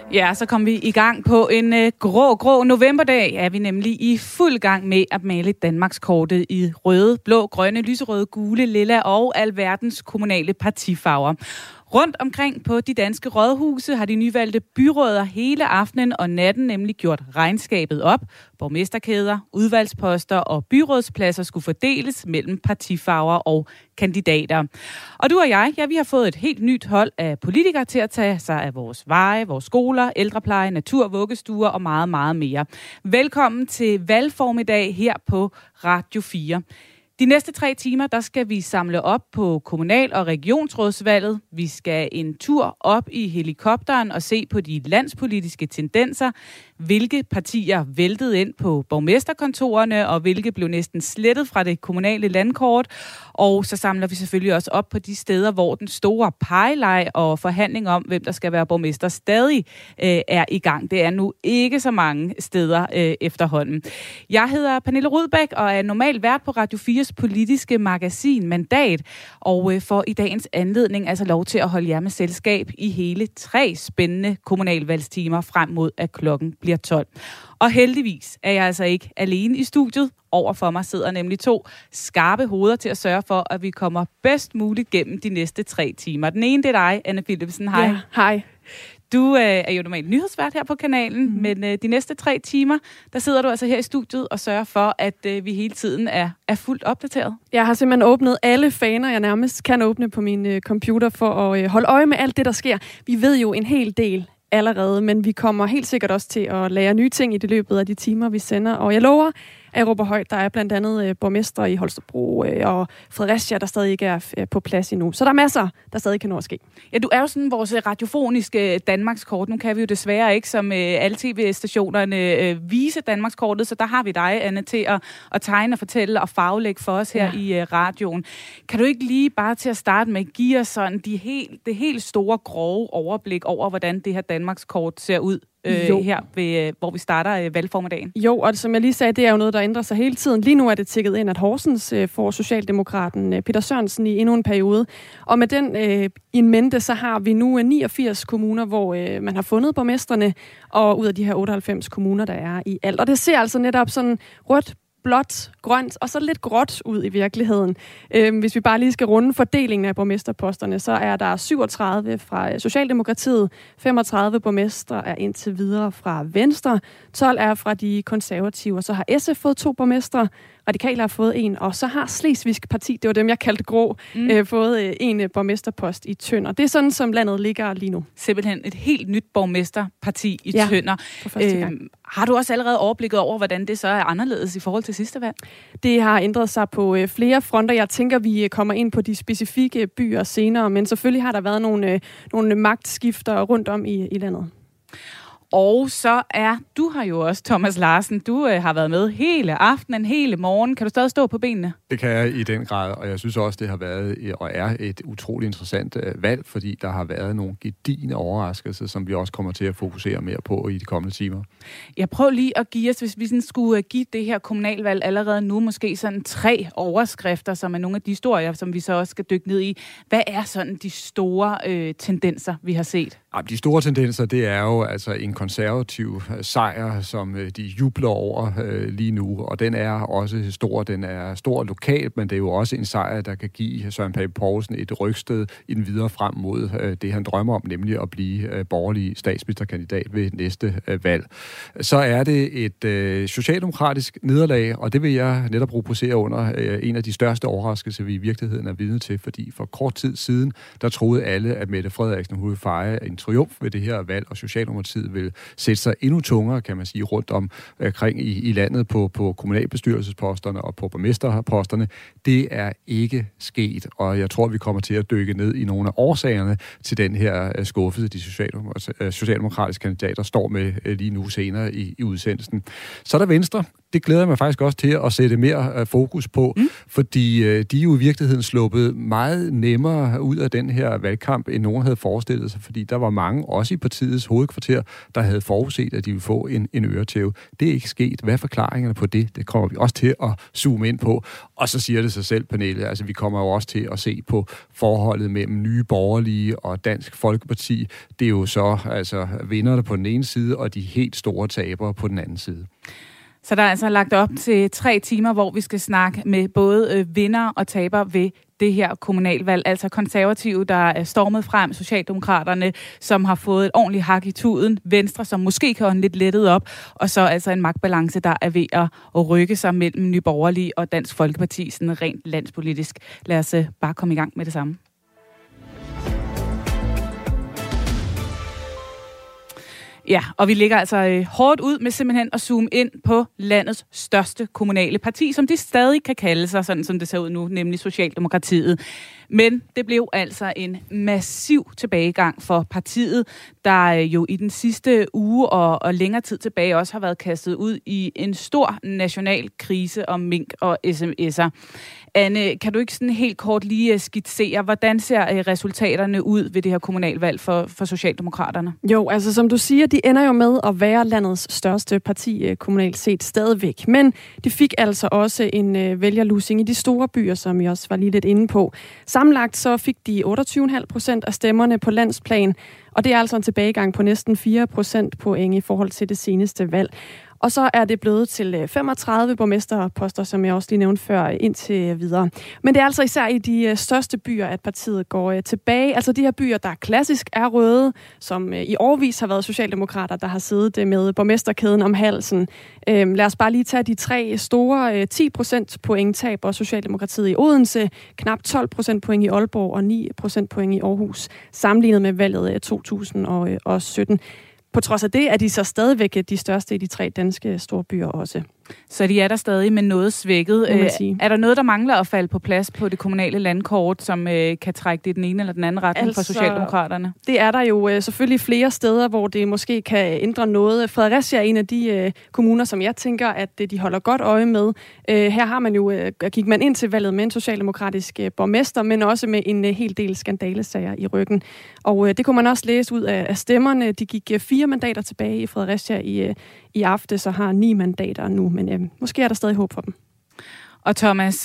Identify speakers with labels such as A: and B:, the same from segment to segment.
A: Ja, så kom vi i gang på en grå novemberdag. Er vi nemlig i fuld gang med at male Danmarkskortet i røde, blå, grønne, lyserøde, gule, lilla og alverdens kommunale partifarver. Rundt omkring på de danske rådhuse har de nyvalgte byrødder hele aftenen og natten nemlig gjort regnskabet op. Borgmesterkæder, udvalgsposter og byrådspladser skulle fordeles mellem partifarver og kandidater. Og du og jeg, vi har fået et helt nyt hold af politikere til at tage sig af vores veje, vores skoler, ældrepleje, natur, vuggestuer og meget, meget mere. Velkommen til valgformiddag her på Radio 4. De næste 3 timer, der skal vi samle op på kommunal- og regionsrådsvalget. Vi skal en tur op i helikopteren og se på de landspolitiske tendenser, hvilke partier væltede ind på borgmesterkontorerne, og hvilke blev næsten slettet fra det kommunale landkort. Og så samler vi selvfølgelig også op på de steder, hvor den store pegeleg og forhandling om, hvem der skal være borgmester, stadig er i gang. Det er nu ikke så mange steder efterhånden. Jeg hedder Pernille Rudbæk og er normalt vært på Radio 4's politiske magasin Mandat, og får i dagens anledning altså lov til at holde jer med selskab i hele 3 spændende kommunalvalgstimer frem mod, at klokken bliver 12. Og heldigvis er jeg altså ikke alene i studiet. Overfor mig sidder nemlig 2 skarpe hoveder til at sørge for, at vi kommer bedst muligt gennem de næste 3 timer. Den ene, det er dig, Anne Philipsen. Hej.
B: Ja, hej.
A: Du er jo normalt nyhedsvært her på kanalen, men de næste 3 timer, der sidder du altså her i studiet og sørger for, at vi hele tiden er fuldt opdateret.
B: Jeg har simpelthen åbnet alle faner, jeg nærmest kan åbne på min computer for at holde øje med alt det, der sker. Vi ved jo en hel del allerede, men vi kommer helt sikkert også til at lære nye ting i det løbet af de timer, vi sender. Og jeg lover, at jeg råber højt. Der er blandt andet borgmester i Holstebro og Fredericia, der stadig ikke er på plads endnu. Så der er masser, der stadig kan nå at ske.
A: Ja, du er jo sådan vores radiofoniske Danmarkskort. Nu kan vi jo desværre ikke, som alle tv-stationerne, vise Danmarkskortet, så der har vi dig, Anne, til at tegne og fortælle og farvelægge for os her i radioen. Kan du ikke lige bare til at starte med give os sådan det helt store, grove overblik over, hvordan det her Danmarkskort ser ud? Her, hvor vi starter valgformiddagen.
B: Jo, og som jeg lige sagde, det er jo noget, der ændrer sig hele tiden. Lige nu er det tikket ind, at Horsens får Socialdemokraten Peter Sørensen i endnu en periode. Og med den in mente, så har vi nu 89 kommuner, hvor man har fundet borgmestrene, og ud af de her 98 kommuner, der er i alt. Og det ser altså netop sådan rødt, blåt, grønt og så lidt gråt ud i virkeligheden. Hvis vi bare lige skal runde fordelingen af borgmesterposterne, så er der 37 fra Socialdemokratiet, 35 borgmestre er indtil videre fra Venstre, 12 er fra de konservative, og så har SF fået 2 borgmestre, Radikale har fået 1, og så har Slesvigsk Parti, det var dem, jeg kaldte grå, fået 1 borgmesterpost i Tønder. Det er sådan, som landet ligger lige nu.
A: Simpelthen et helt nyt borgmesterparti i Tønder.
B: For første gang.
A: Har du også allerede overblikket over, hvordan det så er anderledes i forhold til sidste valg?
B: Det har ændret sig på flere fronter. Jeg tænker, vi kommer ind på de specifikke byer senere, men selvfølgelig har der været nogle magtskifter rundt om i landet.
A: Og så er du her jo også, Thomas Larsen. Du har været med hele aftenen, hele morgen. Kan du stadig stå på benene?
C: Det kan jeg i den grad, og jeg synes også, det har været og er et utroligt interessant valg, fordi der har været nogle gedigne overraskelser, som vi også kommer til at fokusere mere på i de kommende timer. Jeg
A: prøver lige at give os, hvis vi sådan skulle give det her kommunalvalg allerede nu, måske sådan 3 overskrifter, som er nogle af de historier, som vi så også skal dykke ned i. Hvad er sådan de store tendenser, vi har set?
C: De store tendenser, det er jo altså en konservativ sejr, som de jubler over lige nu, og den er også stor. Den er stor lokalt, men det er jo også en sejr, der kan give Søren Pape Poulsen et rygsted i den videre frem mod det, han drømmer om, nemlig at blive borgerlig statsministerkandidat ved næste valg. Så er det et socialdemokratisk nederlag, og det vil jeg netop rubricere under en af de største overraskelser, vi i virkeligheden er vidne til, fordi for kort tid siden, der troede alle, at Mette Frederiksen ville fejre en triumf ved det her valg, og Socialdemokratiet vil sætte sig endnu tungere, kan man sige, rundt omkring i landet på kommunalbestyrelsesposterne og på borgmesterposterne. Det er ikke sket, og jeg tror, vi kommer til at dykke ned i nogle af årsagerne til den her skuffelse, de socialdemokratiske kandidater står med lige nu senere i udsendelsen. Så er der Venstre. Det glæder jeg mig faktisk også til at sætte mere fokus på, fordi de er jo i virkeligheden sluppet meget nemmere ud af den her valgkamp, end nogen havde forestillet sig, fordi der var mange, også i partiets hovedkvarter, der havde forudset, at de ville få en øretæve. Det er ikke sket. Hvad er forklaringerne på det? Det kommer vi også til at zoome ind på. Og så siger det sig selv, Pernille, altså vi kommer jo også til at se på forholdet mellem Nye Borgerlige og Dansk Folkeparti. Det er jo så altså vinderne på den ene side, og de helt store tabere på den anden side.
A: Så der er altså lagt op til 3 timer, hvor vi skal snakke med både vinder og taber ved det her kommunalvalg. Altså konservative, der er stormet frem, Socialdemokraterne, som har fået et ordentligt hak i tuden, Venstre, som måske kan ånde lidt lettet op, og så altså en magtbalance, der er ved at rykke sig mellem Nye Borgerlige og Dansk Folkeparti, sådan rent landspolitisk. Lad os bare komme i gang med det samme. Ja, og vi ligger altså hårdt ud med simpelthen at zoome ind på landets største kommunale parti, som de stadig kan kalde sig, sådan som det ser ud nu, nemlig Socialdemokratiet. Men det blev altså en massiv tilbagegang for partiet, der jo i den sidste uge og længere tid tilbage også har været kastet ud i en stor national krise om mink og sms'er. Anne, kan du ikke sådan helt kort lige skitsere, hvordan ser resultaterne ud ved det her kommunalvalg for Socialdemokraterne?
B: Jo, altså som du siger, de ender jo med at være landets største parti kommunalt set stadigvæk. Men de fik altså også en vælgerlusing i de store byer, som I også var lige lidt inde på. Sammenlagt så fik de 28,5% af stemmerne på landsplan, og det er altså en tilbagegang på næsten 4 procentpoint i forhold til det seneste valg. Og så er det blevet til 35 borgmesterposter, som jeg også lige nævnte før, indtil videre. Men det er altså især i de største byer, at partiet går tilbage. Altså de her byer, der klassisk er røde, som i årevis har været socialdemokrater, der har siddet med borgmesterkæden om halsen. Lad os bare lige tage de 3 store 10 procentpoint taber Socialdemokratiet i Odense, knap 12 procentpoint i Aalborg og 9 procentpoint i Aarhus, sammenlignet med valget 2017. På trods af det er de så stadigvæk de største i de 3 danske storbyer også.
A: Så de er der stadig, men noget svækket. Er der noget, der mangler at falde på plads på det kommunale landkort, som kan trække det i den ene eller den anden retning for Socialdemokraterne?
B: Det er der jo selvfølgelig flere steder, hvor det måske kan ændre noget. Fredericia er en af de kommuner, som jeg tænker, at de holder godt øje med. Her har man jo, gik man ind til valget med en socialdemokratisk borgmester, men også med en hel del skandalesager i ryggen. Og det kunne man også læse ud af stemmerne. De gik 4 mandater tilbage i Fredericia i aften, så har 9 mandater nu, men måske er der stadig håb for dem.
A: Og Thomas,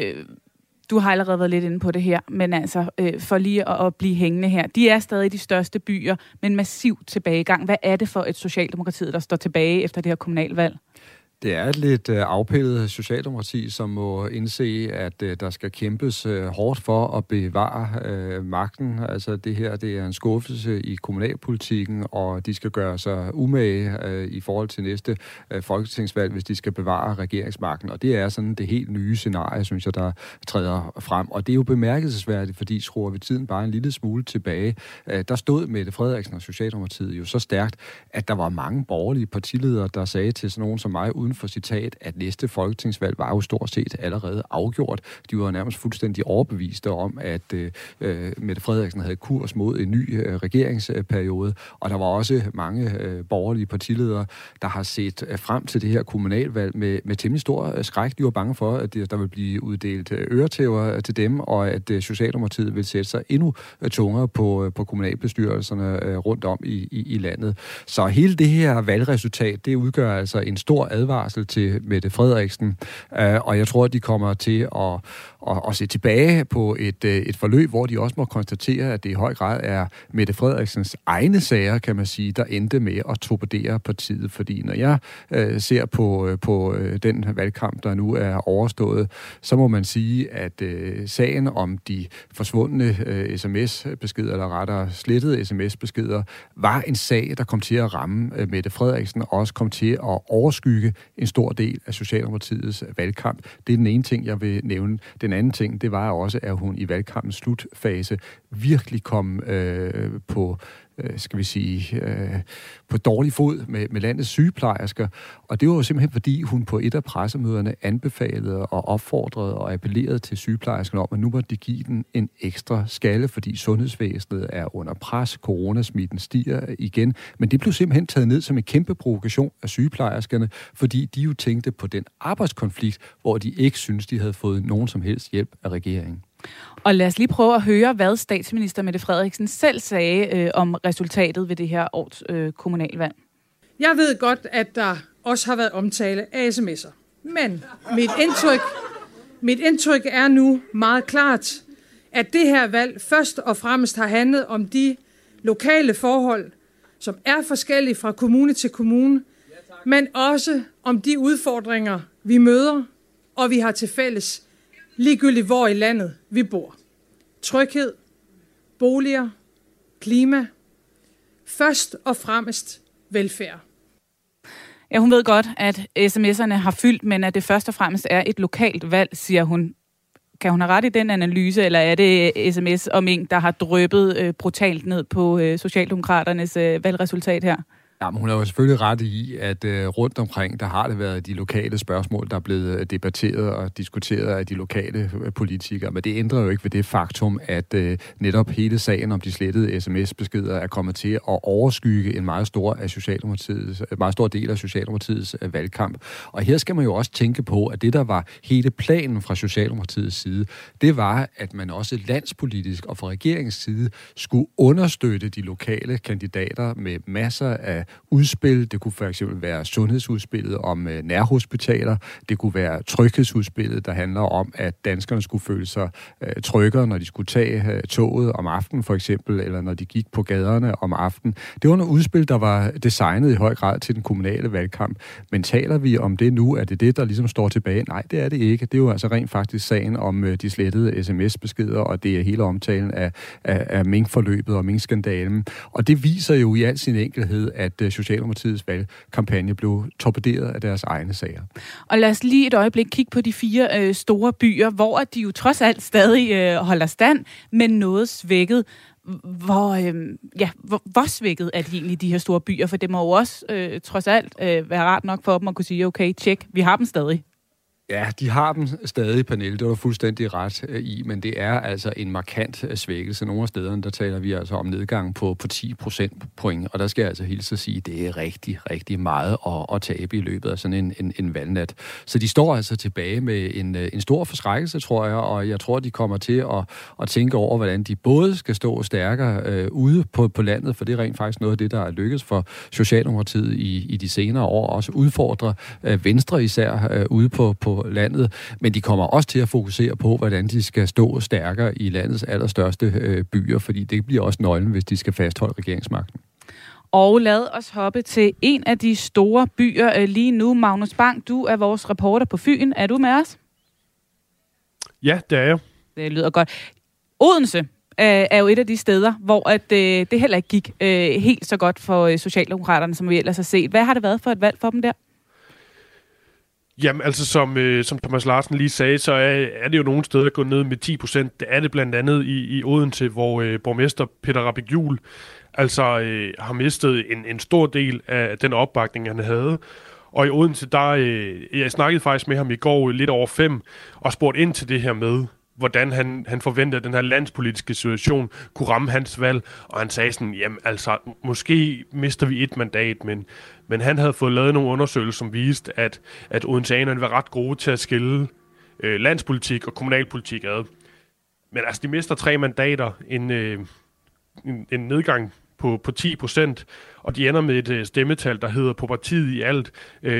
A: du har allerede været lidt inde på det her, men altså for lige at blive hængende her. De er stadig de største byer, men massiv tilbagegang. Hvad er det for et Socialdemokratiet, der står tilbage efter det her kommunalvalg?
C: Det er et lidt afpillet Socialdemokrati, som må indse, at der skal kæmpes hårdt for at bevare magten. Altså det her, det er en skuffelse i kommunalpolitikken, og de skal gøre sig umage i forhold til næste folketingsvalg, hvis de skal bevare regeringsmagten. Og det er sådan det helt nye scenarie, synes jeg, der træder frem. Og det er jo bemærkelsesværdigt, fordi skruer vi tiden bare en lille smule tilbage. Der stod Mette Frederiksen og Socialdemokratiet jo så stærkt, at der var mange borgerlige partiledere, der sagde til sådan nogen som mig, uden for citat, at næste folketingsvalg var jo stort set allerede afgjort. De var nærmest fuldstændig overbeviste om, at Mette Frederiksen havde kurs mod en ny regeringsperiode, og der var også mange borgerlige partiledere, der har set frem til det her kommunalvalg med temmelig stor skræk. De var bange for, at der ville blive uddelt øretæver til dem, og at Socialdemokratiet ville sætte sig endnu tungere på kommunalbestyrelserne rundt om i landet. Så hele det her valgresultat, det udgør altså en stor advarsel til Mette Frederiksen, og jeg tror, at de kommer til at se tilbage på et forløb, hvor de også må konstatere, at det i høj grad er Mette Frederiksens egne sager, kan man sige, der endte med at torpedere partiet. Fordi når jeg ser på den valgkamp, der nu er overstået, så må man sige, at sagen om de forsvundne sms-beskeder, eller rettere slettede sms-beskeder, var en sag, der kom til at ramme Mette Frederiksen, og også kom til at overskygge en stor del af Socialdemokratiets valgkamp. Det er den ene ting, jeg vil nævne. Den anden ting, det var også, at hun i valgkampens slutfase virkelig kom på dårlig fod med landets sygeplejersker. Og det var jo simpelthen, fordi hun på et af pressemøderne anbefalede og opfordrede og appellerede til sygeplejerskerne om, at nu måtte de give den en ekstra skalle, fordi sundhedsvæsenet er under pres, coronasmitten stiger igen. Men det blev simpelthen taget ned som en kæmpe provokation af sygeplejerskerne, fordi de jo tænkte på den arbejdskonflikt, hvor de ikke synes, de havde fået nogen som helst hjælp af regeringen.
A: Og lad os lige prøve at høre, hvad statsminister Mette Frederiksen selv sagde om resultatet ved det her års kommunalvalg.
D: Jeg ved godt, at der også har været omtale af sms'er. Men mit indtryk er nu meget klart, at det her valg først og fremmest har handlet om de lokale forhold, som er forskellige fra kommune til kommune, men også om de udfordringer, vi møder, og vi har til fælles, ligegyldigt hvor i landet vi bor. Tryghed, boliger, klima, først og fremmest velfærd.
A: Ja, hun ved godt, at sms'erne har fyldt, men at det først og fremmest er et lokalt valg, siger hun. Kan hun have ret i den analyse, eller er det sms om en, der har dryppet brutalt ned på Socialdemokraternes valgresultat her?
C: Ja, men hun har jo selvfølgelig ret i, at rundt omkring, der har det været de lokale spørgsmål, der er blevet debatteret og diskuteret af de lokale politikere. Men det ændrer jo ikke ved det faktum, at netop hele sagen om de slettede sms-beskeder er kommet til at overskygge en meget stor del af Socialdemokratiets valgkamp. Og her skal man jo også tænke på, at det, der var hele planen fra Socialdemokratiets side, det var, at man også landspolitisk og fra regeringens side skulle understøtte de lokale kandidater med masser af udspil. Det kunne for eksempel være sundhedsudspillet om nærhospitaler. Det kunne være tryghedsudspillet, der handler om, at danskerne skulle føle sig tryggere, når de skulle tage toget om aftenen for eksempel, eller når de gik på gaderne om aftenen. Det var nogle udspil, der var designet i høj grad til den kommunale valgkamp. Men taler vi om det nu? Er det det, der ligesom står tilbage? Nej, det er det ikke. Det er jo altså rent faktisk sagen om de slettede sms-beskeder, og det er hele omtalen af minkforløbet og minkskandalen. Og det viser jo i al sin enkelhed, at Socialdemokratiets valgkampagne blev torpederet af deres egne sager. Og
A: lad os lige et øjeblik kigge på de 4 store byer, hvor de jo trods alt stadig holder stand, men noget svækket. Hvor svækket er de egentlig, de her store byer? For det må jo også trods alt være rart nok for dem at kunne sige, okay, tjek, vi har dem stadig.
C: Ja, de har dem stadig, Pernille. Det var fuldstændig ret i, men det er altså en markant svækkelse. Nogle af stederne, der taler vi altså om nedgang på 10 procentpoint, og der skal jeg altså hilse at sige, at det er rigtig, rigtig meget at tabe i løbet af sådan en valgnat. Så de står altså tilbage med en stor forskrækkelse, tror jeg, og jeg tror, de kommer til at tænke over, hvordan de både skal stå stærkere ude på landet, for det er rent faktisk noget af det, der er lykkedes for Socialdemokratiet i de senere år, også udfordre Venstre især ude på landet, men de kommer også til at fokusere på, hvordan de skal stå stærkere i landets allerstørste byer, fordi det bliver også nøglen, hvis de skal fastholde regeringsmagten.
A: Og lad os hoppe til en af de store byer lige nu. Magnus Bang, du er vores reporter på Fyn. Er du med os?
E: Ja, det er jeg.
A: Det lyder godt. Odense er jo et af de steder, hvor det heller ikke gik helt så godt for Socialdemokraterne, som vi ellers har set. Hvad har det været for et valg for dem der?
E: Jamen, altså som Thomas Larsen lige sagde, så er det jo nogle steder, der går ned med 10%. Det er det blandt andet i Odense, hvor borgmester Peter Rabik-Juhl altså har mistet en stor del af den opbakning, han havde. Og i Odense, jeg snakkede faktisk med ham i går lidt over 5, og spurgte ind til det her med, hvordan han forventede, at den her landspolitiske situation kunne ramme hans valg. Og han sagde sådan, jamen altså, måske mister vi 1 mandat, men han havde fået lavet nogle undersøgelser, som viste, at odenseanerne var ret gode til at skille landspolitik og kommunalpolitik ad. Men altså, de mister 3 mandater, en nedgang på 10%, og de ender med et stemmetal, der hedder på partiet i alt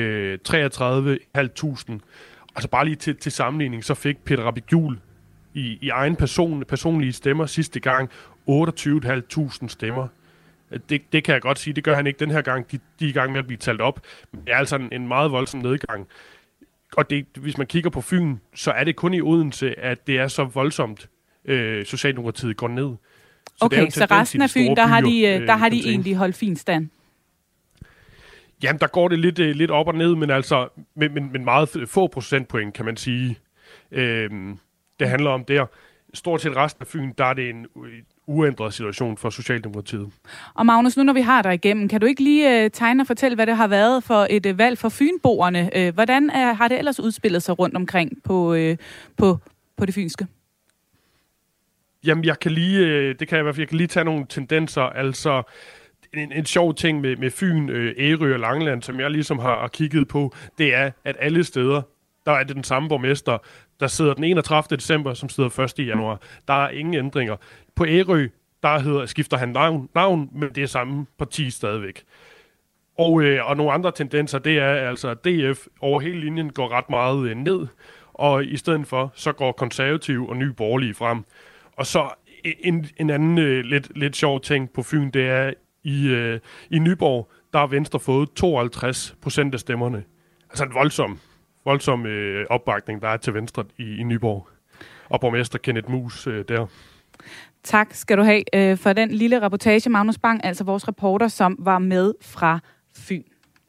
E: 33.500. Altså bare lige til sammenligning, så fik Peter Rabik-Juhl i egen personlige stemmer sidste gang 28.500 stemmer. Det kan jeg godt sige, det gør han ikke den her gang. De er i gang med at blive talt op. Men det er altså en meget voldsom nedgang. Og hvis man kigger på Fyn, så er det kun i Odense, at det er så voldsomt, Socialdemokratiet går ned.
A: Okay, så resten af Fyn, der har de egentlig holdt fin stand?
E: Jamen, der går det lidt op og ned, men altså men meget få procentpoint, kan man sige. Det handler om der. Stort set resten af Fyn, der er det en uændret situation for Socialdemokratiet.
A: Og Magnus, nu når vi har dig igennem, kan du ikke lige tegne og fortælle, hvad det har været for et valg for fynboerne? Hvordan har det ellers udspillet sig rundt omkring på det fynske?
E: Jamen, jeg kan lige tage nogle tendenser. Altså, en sjov ting med Fyn, Ærø og Langeland, som jeg ligesom har kigget på, det er, at alle steder, der er det den samme borgmester, der sidder den 31. december, som sidder 1. januar. Der er ingen ændringer. På Ærø, skifter han navn, men det er samme parti stadigvæk. Og nogle andre tendenser, det er altså, at DF over hele linjen går ret meget ned, og i stedet for, så går Konservative og Nye Borgerlige frem. Og så en anden lidt sjov ting på Fyn, det er, i Nyborg, der har Venstre fået 52% af stemmerne. Altså en voldsom opbakning, der er til Venstre i Nyborg. Og borgmester Kenneth Mus der.
A: Tak skal du have for den lille reportage, Magnus Bang, altså vores reporter, som var med fra Fyn.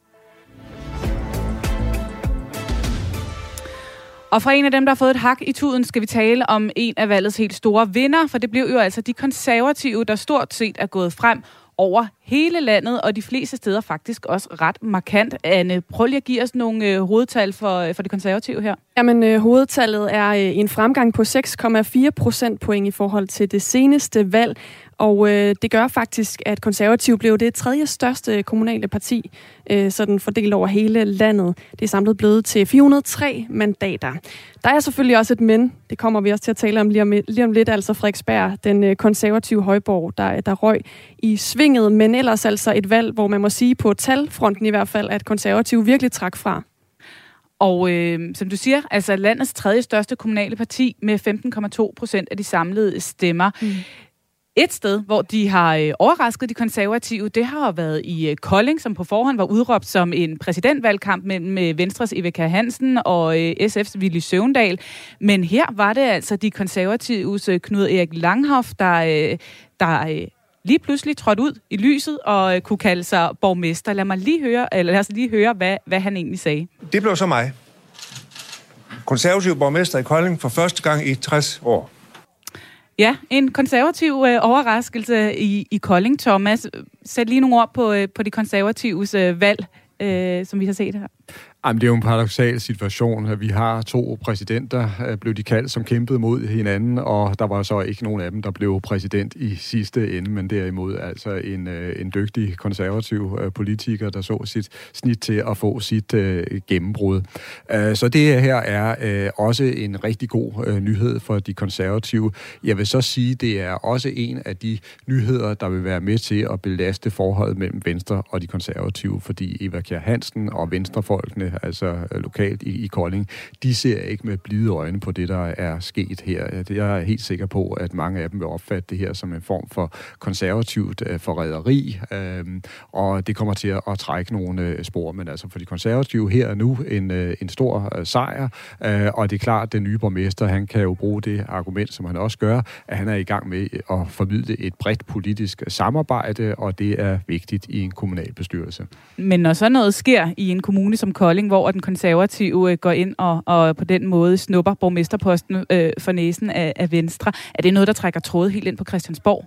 A: Og fra en af dem, der har fået et hak i tuden, skal vi tale om en af valgets helt store vinder, for det blev jo altså de konservative, der stort set er gået frem over hele landet, og de fleste steder faktisk også ret markant. Anne, prøv lige at give os nogle hovedtal for de konservative her.
B: Jamen, hovedtallet er en fremgang på 6,4 procentpoint i forhold til det seneste valg, og det gør faktisk, at Konservative blev det tredje største kommunale parti, sådan fordelt over hele landet. Det er samlet blevet til 403 mandater. Der er selvfølgelig også et men, det kommer vi også til at tale om lige om lidt, altså Frederiksberg, den konservative højborg, der røg i svinget, men ellers altså et valg, hvor man må sige på talfronten i hvert fald, at Konservative virkelig trak fra.
A: Og som du siger, altså landets tredje største kommunale parti med 15,2% af de samlede stemmer. Et sted, hvor de har overrasket de konservative, det har været i Kolding, som på forhånd var udråbt som en præsidentvalgkamp mellem Venstres Eva Kjer Hansen og SF's Villy Søvndal. Men her var det altså de konservatives Knud Erik Langhoff, der lige pludselig trådte ud i lyset og kunne kalde sig borgmester. Lad os lige høre, hvad han egentlig sagde.
F: Det blev så mig. Konservativ borgmester i Kolding for første gang i 60 år.
A: Ja, en konservativ overraskelse i Kolding, Thomas. Sæt lige nogle ord på de konservatives valg, som vi har set her.
C: Jamen, det er jo en paradoksal situation. Vi har to præsidenter, blev de kaldt, som kæmpede mod hinanden, og der var så ikke nogen af dem, der blev præsident i sidste ende, men derimod altså en dygtig konservativ politiker, der så sit snit til at få sit gennembrud. Så det her er også en rigtig god nyhed for de konservative. Jeg vil så sige, det er også en af de nyheder, der vil være med til at belaste forholdet mellem Venstre og de konservative, fordi Eva Kjer Hansen og venstrefolkene, altså lokalt i Kolding, de ser ikke med blide øjne på det, der er sket her. Jeg er helt sikker på, at mange af dem vil opfatte det her som en form for konservativt forræderi, og det kommer til at trække nogle spor, men altså for de konservative her nu en stor sejr, og det er klart, at den nye borgmester, han kan jo bruge det argument, som han også gør, at han er i gang med at formidle et bredt politisk samarbejde, og det er vigtigt i en kommunalbestyrelse.
A: Men når så noget sker i en kommune som Kolding, hvor den konservative går ind og på den måde snupper borgmesterposten for næsen af Venstre, er det noget, der trækker tråde helt ind på Christiansborg?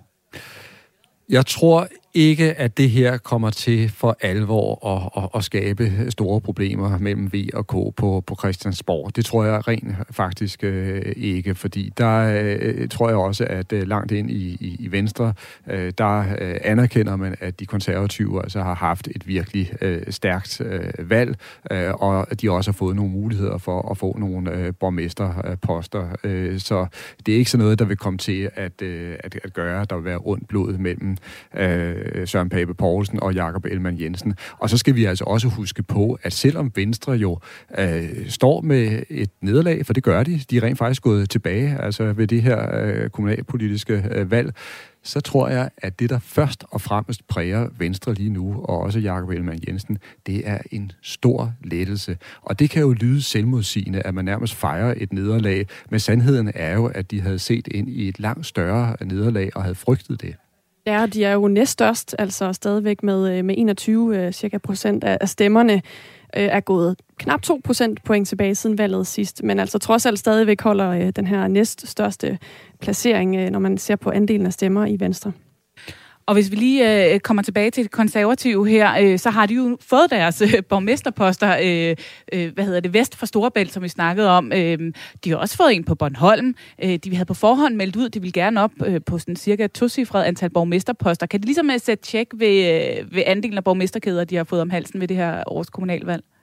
C: Jeg tror ikke, at det her kommer til for alvor at skabe store problemer mellem V og K på Christiansborg. Det tror jeg rent faktisk ikke, fordi der tror jeg også, at langt ind i Venstre, der anerkender man, at de konservative altså har haft et virkelig stærkt valg, og de også har fået nogle muligheder for at få nogle borgmesterposter. Så det er ikke sådan noget, der vil komme til at gøre, at der vil være ondt blod mellem Søren Pape Poulsen og Jakob Ellemann-Jensen. Og så skal vi altså også huske på, at selvom Venstre jo står med et nederlag, for det gør de er rent faktisk gået tilbage, altså ved det her kommunalpolitiske valg, så tror jeg, at det, der først og fremmest præger Venstre lige nu, og også Jakob Ellemann-Jensen, det er en stor lettelse. Og det kan jo lyde selvmodsigende, at man nærmest fejrer et nederlag, men sandheden er jo, at de havde set ind i et langt større nederlag og havde frygtet det.
B: Ja, de er jo næststørst, altså stadigvæk med 21 cirka procent af stemmerne er gået knap 2 procentpoint tilbage siden valget sidst, men altså trods alt stadigvæk holder den her næststørste placering, når man ser på andelen af stemmer i Venstre.
A: Og hvis vi lige kommer tilbage til det konservative her, så har de jo fået deres borgmesterposter, vest for Storebælt, som vi snakkede om. De har også fået en på Bornholm. De havde på forhånd meldt ud, de vil gerne op på sådan cirka 2-cifret antal borgmesterposter. Kan de ligesom sætte tjek ved andelen af borgmesterkæder, de har fået om halsen ved det her års kommunalvalg?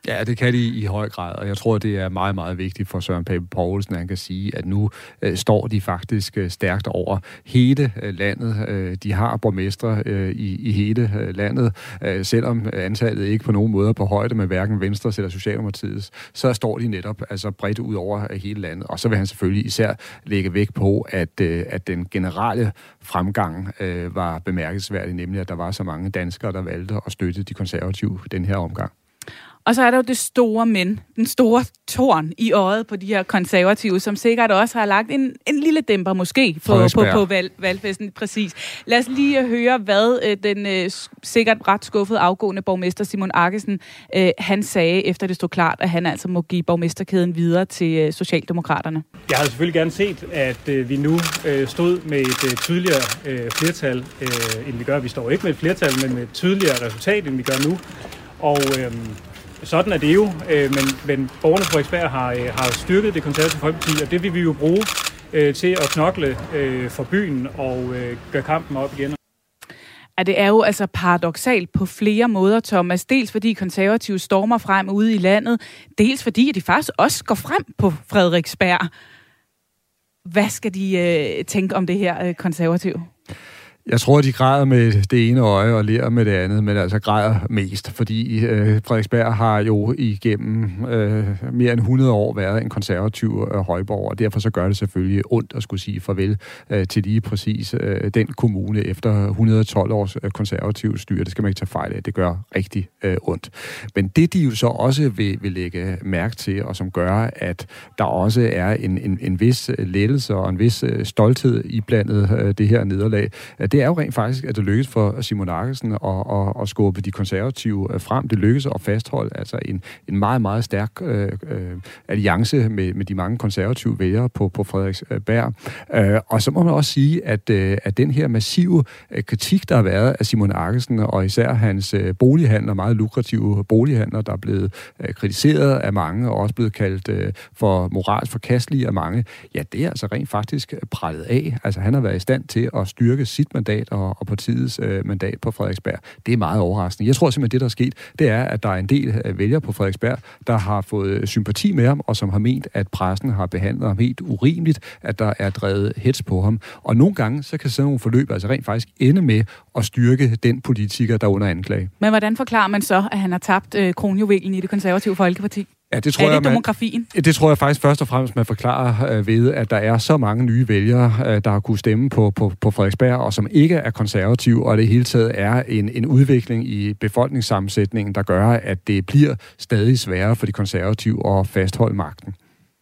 C: Ja, det kan de i høj grad, og jeg tror, det er meget, meget vigtigt for Søren Pape Poulsen, at han kan sige, at nu står de faktisk stærkt over hele landet. De har borgmestre i hele landet, selvom antallet ikke på nogen måde på højde med hverken Venstre eller Socialdemokratiet, så står de netop altså bredt ud over hele landet. Og så vil han selvfølgelig især lægge vægt på, at den generelle fremgang var bemærkelsesværdig, nemlig at der var så mange danskere, der valgte at støtte de konservative den her omgang.
A: Og så er der jo det store men, den store torn i øjet på de her konservative, som sikkert også har lagt en lille dæmper måske på valgfesten. Præcis. Lad os lige høre, hvad den sikkert ret skuffede afgående borgmester Simon Aggesen, han sagde, efter det stod klart, at han altså må give borgmesterkæden videre til Socialdemokraterne.
G: Jeg havde selvfølgelig gerne set, at vi nu stod med et tydeligere flertal, end vi gør. Vi står ikke med et flertal, men med et tydeligere resultat, end vi gør nu. Og sådan er det jo, men borgerne på Frederiksberg har styrket det konservative folkeparti, og det vil vi jo bruge til at knokle for byen og gøre kampen op igen.
A: Ja, det er jo altså paradoksalt på flere måder, Thomas. Dels fordi konservative stormer frem ude i landet, dels fordi de faktisk også går frem på Frederiksberg. Hvad skal de tænke om det her konservative?
C: Jeg tror, de græder med det ene øje og ler med det andet, men altså græder mest, fordi Frederiksberg har jo igennem mere end 100 år været en konservativ højborg, og derfor så gør det selvfølgelig ondt at skulle sige farvel til lige præcis den kommune efter 112 års konservativ styre. Det skal man ikke tage fejl af. Det gør rigtig ondt. Men det, de jo så også vil lægge mærke til, og som gør, at der også er en vis lettelse og en vis stolthed iblandet det her nederlag, det er jo rent faktisk, at det lykkes for Simon Aggesen at skubbe de konservative frem. Det lykkes at fastholde altså en meget, meget stærk alliance med de mange konservative vælgere på Frederiksberg. Og så må man også sige, at den her massive kritik, der har været af Simon Aggesen, og især hans bolighandler, meget lukrative bolighandler, der er blevet kritiseret af mange, og også blevet kaldt for moralsk forkastelige af mange, ja, det er altså rent faktisk prallet af. Altså, han har været i stand til at styrke sit mandat og partiets mandat på Frederiksberg. Det er meget overraskende. Jeg tror simpelthen, det der er sket, det er, at der er en del vælgere på Frederiksberg, der har fået sympati med ham, og som har ment, at pressen har behandlet ham helt urimeligt, at der er drevet hets på ham. Og nogle gange, så kan sådan nogle forløb altså rent faktisk ende med at styrke den politiker, der er under anklage. Men
A: hvordan forklarer man så, at han har tabt kronjuvelen i det konservative folkeparti?
C: Ja, det tror
A: demografien?
C: Det tror jeg faktisk først og fremmest, man forklarer ved, at der er så mange nye vælgere, der har kunnet stemme på Frederiksberg, og som ikke er konservative, og det hele taget er en udvikling i befolkningssammensætningen, der gør, at det bliver stadig sværere for de konservative at fastholde magten.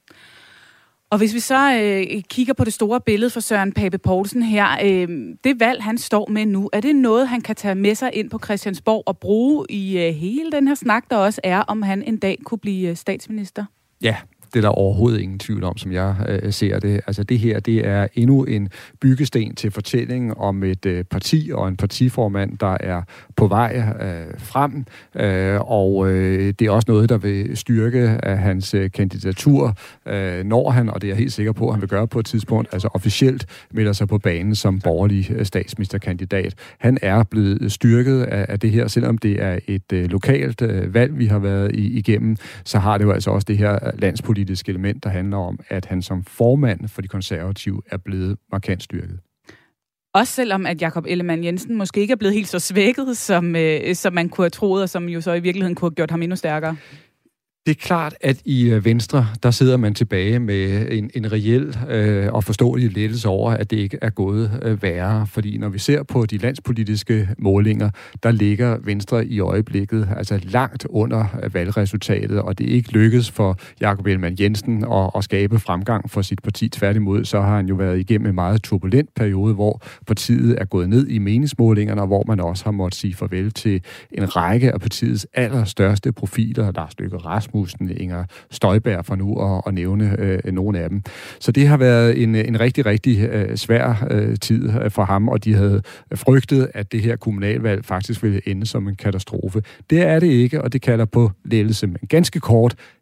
A: Og hvis vi så kigger på det store billede for Søren Pape Poulsen her, det valg, han står med nu, er det noget, han kan tage med sig ind på Christiansborg og bruge i hele den her snak, der også er, om han en dag kunne blive statsminister?
C: Ja. Det er der overhovedet ingen tvivl om, som jeg ser det. Altså det her, det er endnu en byggesten til fortællingen om et parti og en partiformand, der er på vej frem. Og det er også noget, der vil styrke hans kandidatur, når han, og det er jeg helt sikker på, at han vil gøre på et tidspunkt, altså officielt melder sig på banen som borgerlig statsministerkandidat. Han er blevet styrket af det her, selvom det er et lokalt valg, vi har været igennem, så har det jo altså også det her landspolitiske element, der handler om, at han som formand for de konservative er blevet markant styrket.
A: Også selvom, at Jakob Ellemann-Jensen måske ikke er blevet helt så svækket, som man kunne have troet, og som jo så i virkeligheden kunne have gjort ham endnu stærkere.
C: Det er klart, at i Venstre, der sidder man tilbage med en reel og forståelig lettelse over, at det ikke er gået værre. Fordi når vi ser på de landspolitiske målinger, der ligger Venstre i øjeblikket altså langt under valgresultatet, og det er ikke lykkedes for Jakob Ellemann-Jensen at skabe fremgang for sit parti. Tværtimod, så har han jo været igennem en meget turbulent periode, hvor partiet er gået ned i meningsmålingerne, og hvor man også har måttet sige farvel til en række af partiets allerstørste profiler, Lars Løkke Rasmussen, Inger Støjberg for nu at nævne nogle af dem. Så det har været en rigtig, rigtig svær tid for ham, og de havde frygtet, at det her kommunalvalg faktisk ville ende som en katastrofe. Det er det ikke, og det kalder på lettelse. Men ganske kort,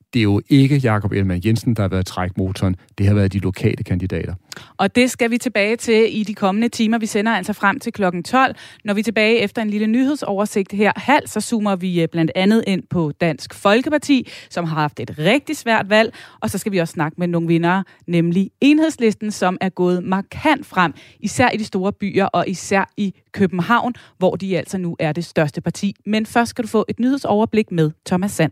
C: det er jo ikke Jakob Ellemann-Jensen, der har været trækmotoren. Det har været de lokale kandidater.
A: Og det skal vi tilbage til i de kommende timer. Vi sender altså frem til klokken 12. Når vi er tilbage efter en lille nyhedsoversigt her halv, så zoomer vi blandt andet ind på Dansk Folkeparti, som har haft et rigtig svært valg. Og så skal vi også snakke med nogle vindere, nemlig Enhedslisten, som er gået markant frem, især i de store byer og især i København, hvor de altså nu er det største parti. Men først skal du få et nyhedsoverblik med Thomas Sand.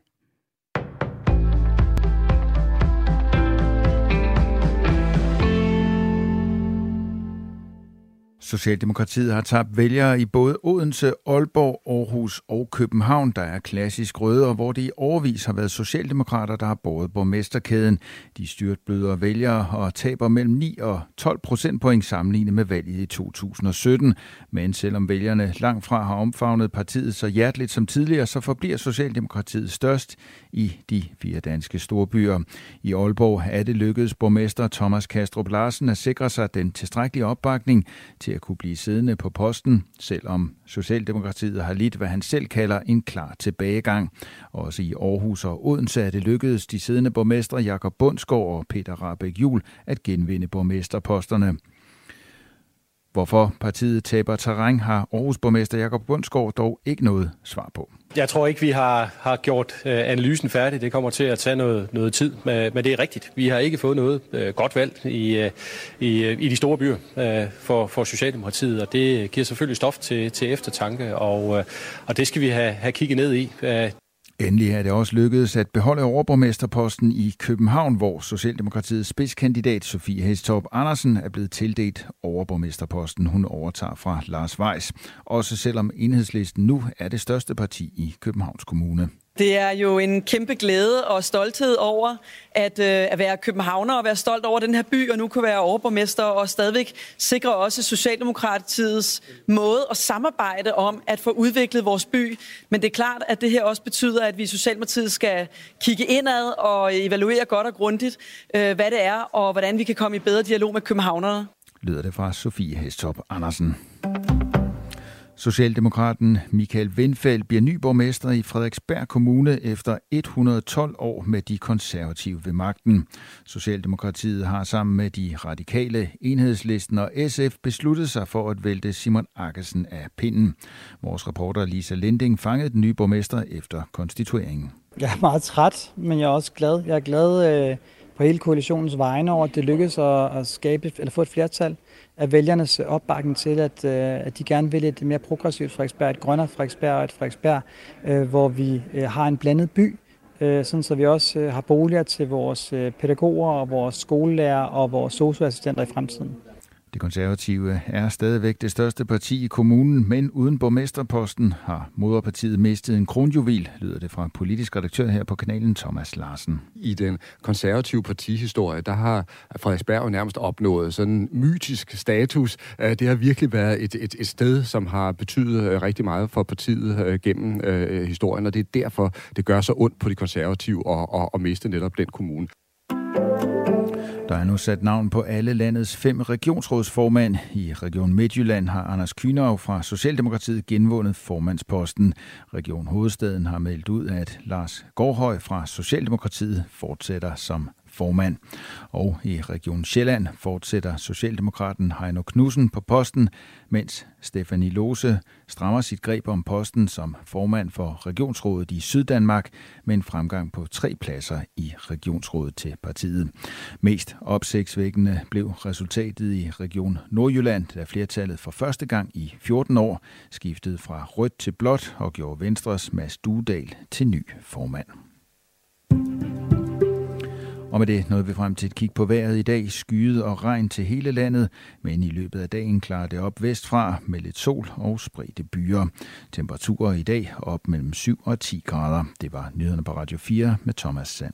H: Socialdemokratiet har tabt vælgere i både Odense, Aalborg, Aarhus og København, der er klassisk røde, og hvor det i årevis har været socialdemokrater, der har båret borgmesterkæden. De styrtbløder vælgere og taber mellem 9 og 12 procentpoint sammenlignet med valget i 2017. Men selvom vælgerne langt fra har omfavnet partiet så hjerteligt som tidligere, så forbliver Socialdemokratiet størst i de 4 danske storbyer. I Aalborg er det lykkedes borgmester Thomas Kastrup Larsen at sikre sig den tilstrækkelige opbakning til at kunne blive siddende på posten, selvom Socialdemokratiet har lidt, hvad han selv kalder en klar tilbagegang. Også i Aarhus og Odense er det lykkedes de siddende borgmestre Jakob Bundsgaard og Peter Rahbæk Juhl at genvinde borgmesterposterne. Hvorfor partiet taber terræn, har Aarhus borgmester Jakob Bundsgaard dog ikke noget svar på.
I: Jeg tror ikke, vi har gjort analysen færdig. Det kommer til at tage noget tid, men det er rigtigt. Vi har ikke fået noget godt valg i de store byer for Socialdemokratiet, og det giver selvfølgelig stof til eftertanke, og det skal vi have kigget ned i.
H: Endelig er det også lykkedes at beholde overborgmesterposten i København, hvor Socialdemokratiets spidskandidat Sofie Hæstorp Andersen er blevet tildelt overborgmesterposten. Hun overtager fra Lars Weiss, også selvom Enhedslisten nu er det største parti i Københavns Kommune.
J: Det er jo en kæmpe glæde og stolthed over at være københavner og være stolt over den her by, og nu kunne være overborgmester og stadigvæk sikre også Socialdemokratiets måde at samarbejde om at få udviklet vores by. Men det er klart, at det her også betyder, at vi i Socialdemokratiet skal kigge indad og evaluere godt og grundigt, hvad det er og hvordan vi kan komme i bedre dialog med københavnerne.
H: Lyder det fra Sofie Hæstorp Andersen. Socialdemokraten Michael Vindfeldt bliver ny borgmester i Frederiksberg Kommune efter 112 år med de konservative ved magten. Socialdemokratiet har sammen med de radikale, Enhedslisten og SF besluttet sig for at vælte Simon Aggesen af pinden. Vores reporter Lisa Linding fangede den nye borgmester efter konstitueringen.
K: Jeg er meget træt, men jeg er også glad. Jeg er glad på hele koalitionens vegne over, at det lykkedes at få et flertal af vælgernes opbakning til, at de gerne vil et mere progressivt Frederiksberg, et grønnere Frederiksberg og et Frederiksberg, hvor vi har en blandet by, sådan så vi også har boliger til vores pædagoger og vores skolelærer og vores sosu-assistenter i fremtiden.
H: Det konservative er stadigvæk det største parti i kommunen, men uden borgmesterposten har moderpartiet mistet en kronjuvel, lyder det fra politisk redaktør her på kanalen Thomas Larsen.
C: I den konservative partihistorie, der har Frederiksberg jo nærmest opnået sådan en mytisk status. Det har virkelig været et sted, som har betydet rigtig meget for partiet gennem historien, og det er derfor, det gør så ondt på de konservative at miste netop den kommune.
H: Der er nu sat navn på alle landets 5 regionsrådsformand. I Region Midtjylland har Anders Kühnau fra Socialdemokratiet genvundet formandsposten. Region Hovedstaden har meldt ud, at Lars Gårdhøj fra Socialdemokratiet fortsætter som formand. Og i Region Sjælland fortsætter Socialdemokraten Heino Knudsen på posten, mens Stefanie Lose strammer sit greb om posten som formand for Regionsrådet i Syddanmark med en fremgang på 3 pladser i Regionsrådet til partiet. Mest opsigtsvækkende blev resultatet i Region Nordjylland, da flertallet for første gang i 14 år skiftede fra rødt til blåt og gjorde Venstres Mads Duedal til ny formand. Og med det nåede vi frem til et kig på vejret i dag. Skyet og regn til hele landet, men i løbet af dagen klarer det op vestfra med lidt sol og spredte byer. Temperaturer i dag op mellem 7 og 10 grader. Det var nyhederne på Radio 4 med Thomas Sand.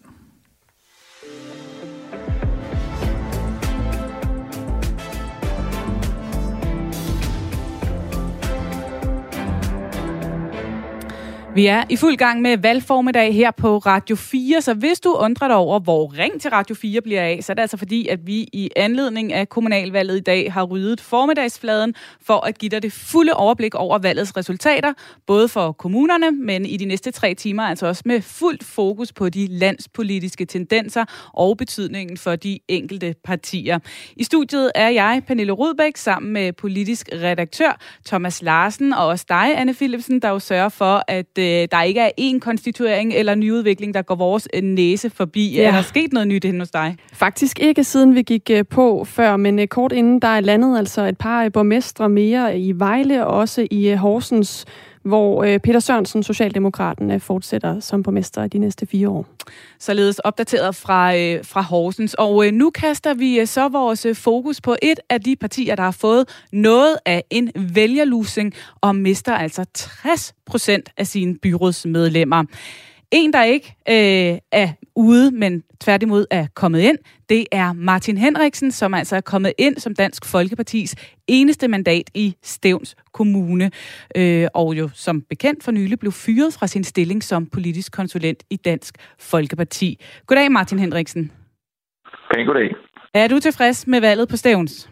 A: Vi er i fuld gang med valgformiddag her på Radio 4, så hvis du undrer dig over, hvor Ring til Radio 4 bliver af, så er det altså fordi, at vi i anledning af kommunalvalget i dag har ryddet formiddagsfladen for at give dig det fulde overblik over valgets resultater, både for kommunerne, men i de næste 3 timer altså også med fuldt fokus på de landspolitiske tendenser og betydningen for de enkelte partier. I studiet er jeg, Pernille Rudbæk, sammen med politisk redaktør Thomas Larsen og også dig, Anne Philipsen, der jo sørger for, at der ikke er én konstituering eller nyudvikling, der går vores næse forbi. Ja. Er der sket noget nyt hos dig?
B: Faktisk ikke, siden vi gik på før, men kort inden, der er landet altså et par borgmestre mere i Vejle og også i Horsens, hvor Peter Sørensen, Socialdemokraten, fortsætter som borgmester de næste 4 år.
A: Således opdateret fra Horsens. Og nu kaster vi så vores fokus på et af de partier, der har fået noget af en vælgerlusing og mister altså 60% af sine byrådsmedlemmer. En, der ikke er ude, men tværtimod er kommet ind, det er Martin Henriksen, som altså er kommet ind som Dansk Folkepartis eneste mandat i Stevns Kommune, og jo som bekendt for nylig blev fyret fra sin stilling som politisk konsulent i Dansk Folkeparti. Goddag, Martin Henriksen.
L: Pæn goddag.
A: Er du tilfreds med valget på Stevns?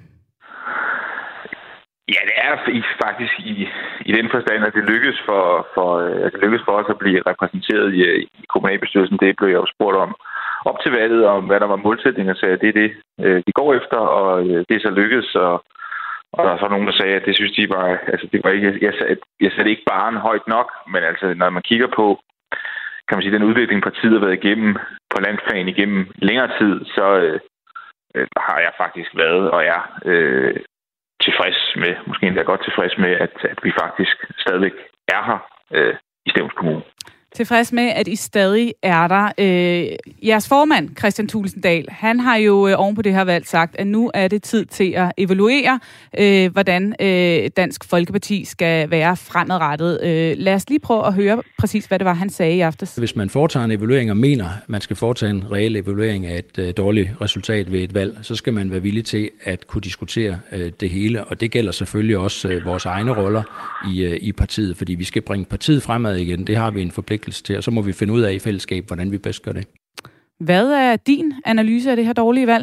L: Ja, det er faktisk i den forstand, at det lykkedes for os at blive repræsenteret i kommunalbestyrelsen. Det blev jeg jo spurgt om op til valget, om hvad der var målsætninger, så det er det, de går efter, og det er så lykkedes, og der er så nogen, der sagde, at det synes de var, altså det var ikke, jeg satte ikke barren højt nok, men altså når man kigger på, kan man sige, den udvikling partiet har været igennem på landsplan igennem længere tid, så har jeg faktisk været og er tilfreds med, måske endda godt tilfreds med, at vi faktisk stadig er her i Stevns Kommune.
A: Tilfreds med, at I stadig er der. Jeres formand, Kristian Thulesen Dahl, han har jo oven på det her valg sagt, at nu er det tid til at evaluere, hvordan Dansk Folkeparti skal være fremadrettet. Lad os lige prøve at høre præcis, hvad det var, han sagde i aftes.
M: Hvis man foretager en evaluering og mener, at man skal foretage en reel evaluering af et dårligt resultat ved et valg, så skal man være villig til at kunne diskutere det hele, og det gælder selvfølgelig også vores egne roller i partiet, fordi vi skal bringe partiet fremad igen. Det har vi en forpligtelse til, og så må vi finde ud af i fællesskab, hvordan vi bedst gør det. Hvad
A: er din analyse af det her dårlige valg?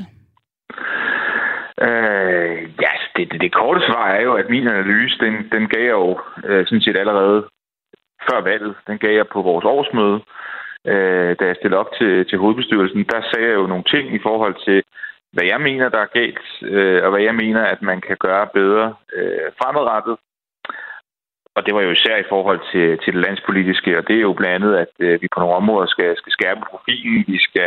L: Det korte svar er jo, at min analyse, den gav jeg jo sådan set allerede før valget. Den gav jeg på vores årsmøde, da jeg stillede op til hovedbestyrelsen. Der sagde jeg jo nogle ting i forhold til, hvad jeg mener, der er galt, og hvad jeg mener, at man kan gøre bedre fremadrettet. Og det var jo især i forhold til det landspolitiske, og det er jo blandt andet, at vi på nogle områder skal skærpe profilen.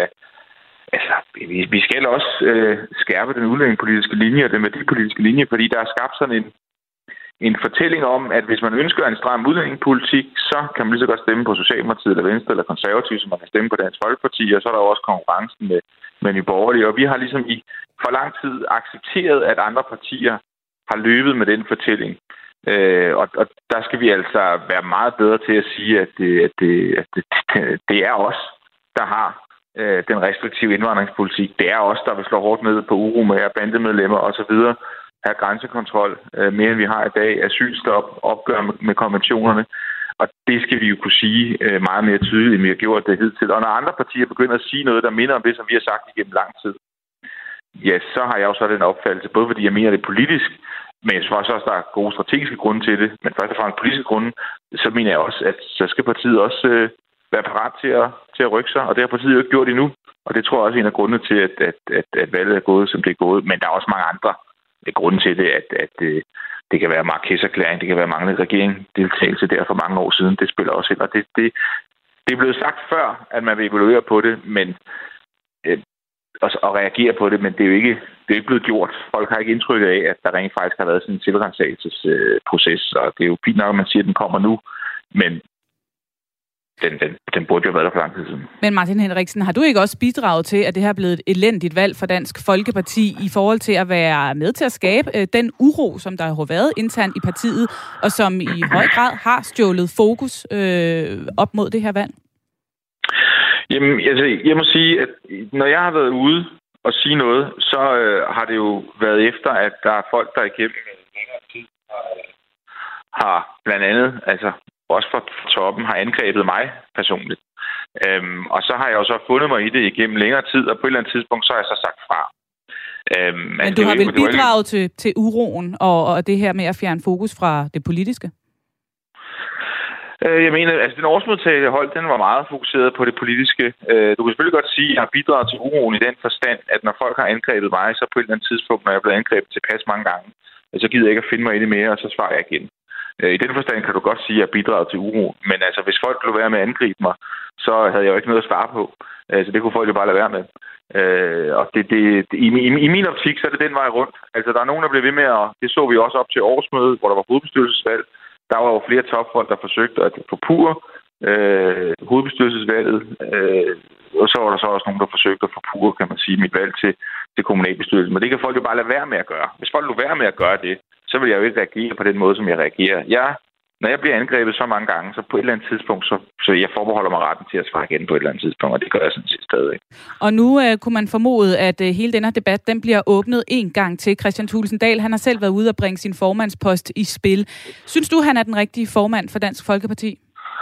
L: Vi skal også skærpe den udlændingepolitiske linje og den værdipolitiske linje, fordi der er skabt sådan en fortælling om, at hvis man ønsker en stram udlændingepolitik, så kan man lige så godt stemme på Socialdemokratiet eller Venstre eller Konservative, som man kan stemme på Dansk Folkeparti, og så er der jo også konkurrencen med Nye Borgerlige. Og vi har ligesom i for lang tid accepteret, at andre partier har løbet med den fortælling. Og der skal vi altså være meget bedre til at sige, at det er os, der har den restriktive indvandringspolitik. Det er os, der vil slå hårdt ned på uromagere, bandemedlemmer osv. Have grænsekontrol mere end vi har i dag, asylstop, opgør med konventionerne. Og det skal vi jo kunne sige meget mere tydeligt, end vi har gjort det hidtil. Og når andre partier begynder at sige noget, der minder om det, som vi har sagt igennem lang tid, ja, så har jeg jo så den opfattelse, både fordi jeg mener det politisk, men jeg tror også, der er gode strategiske grunde til det. Men først og fremmest politiske grunde, så mener jeg også, at så skal partiet også være parat til at rykke sig. Og det har partiet jo ikke gjort endnu. Og det tror jeg også er en af grundene til, at valget er gået, som det er gået. Men der er også mange andre grunde til det, at det kan være Marrakech-erklæring, det kan være manglende regeringsdeltagelse der for mange år siden. Det spiller også ind. Og det er blevet sagt før, at man vil evaluere på det, men og reagere på det, men det er jo ikke blevet gjort. Folk har ikke indtrykket af, at der rent faktisk har været sådan en tilrensagelsesproces, og det er jo fint nok, at man siger, at den kommer nu, men den burde jo have været der for lang tid siden.
A: Men Martin Henriksen, har du ikke også bidraget til, at det her er blevet et elendigt valg for Dansk Folkeparti i forhold til at være med til at skabe den uro, som der har været internt i partiet, og som i høj grad har stjålet fokus op mod det her valg?
L: Jamen, altså, jeg må sige, at når jeg har været ude og sige noget, så har det jo været efter, at der er folk, der igennem længere tid har blandt andet altså også fra toppen, har angrebet mig personligt. Og så har jeg jo så fundet mig i det igennem længere tid, og på et eller andet tidspunkt, så har jeg så sagt fra.
A: Men du har vel bidraget til uroen og det her med at fjerne fokus fra det politiske?
L: Jeg mener, altså den årsmodtagelse, jeg holdt, den var meget fokuseret på det politiske. Du kan selvfølgelig godt sige, at jeg har bidraget til uroen i den forstand, at når folk har angrebet mig, så på et eller andet tidspunkt, når jeg er blevet angrebet tilpas mange gange, så gider jeg ikke at finde mig i det mere, og så svarer jeg igen. I den forstand kan du godt sige, at jeg har bidraget til uro. Men altså, hvis folk lå være med at angribe mig, så havde jeg jo ikke noget at svare på. Så det kunne folk jo bare lade være med. Og i min optik, så er det den vej rundt. Altså, der er nogen, der bliver ved med at... Det så vi også op til årsmødet, hvor der var hovedbestyrelsesvalg. Der var jo flere topfolk, der forsøgte at forpurre hovedbestyrelsesvalget. Og så var der så også nogen, der forsøgte at forpurre, kan man sige, mit valg til kommunalbestyrelsen. Men det kan folk jo bare lade være med at gøre. Hvis folk lade være med at gøre det, så vil jeg jo ikke reagere på den måde, som jeg reagerer. Når jeg bliver angrebet så mange gange, så på et eller andet tidspunkt, så jeg forbeholder mig retten til at svare igen på et eller andet tidspunkt, og det gør jeg sådan set stadig.
A: Og nu kunne man formode, at hele den her debat, den bliver åbnet en gang til. Christian Thulesen Dahl, han har selv været ude og bringe sin formandspost i spil. Synes du, han er den rigtige formand for Dansk Folkeparti?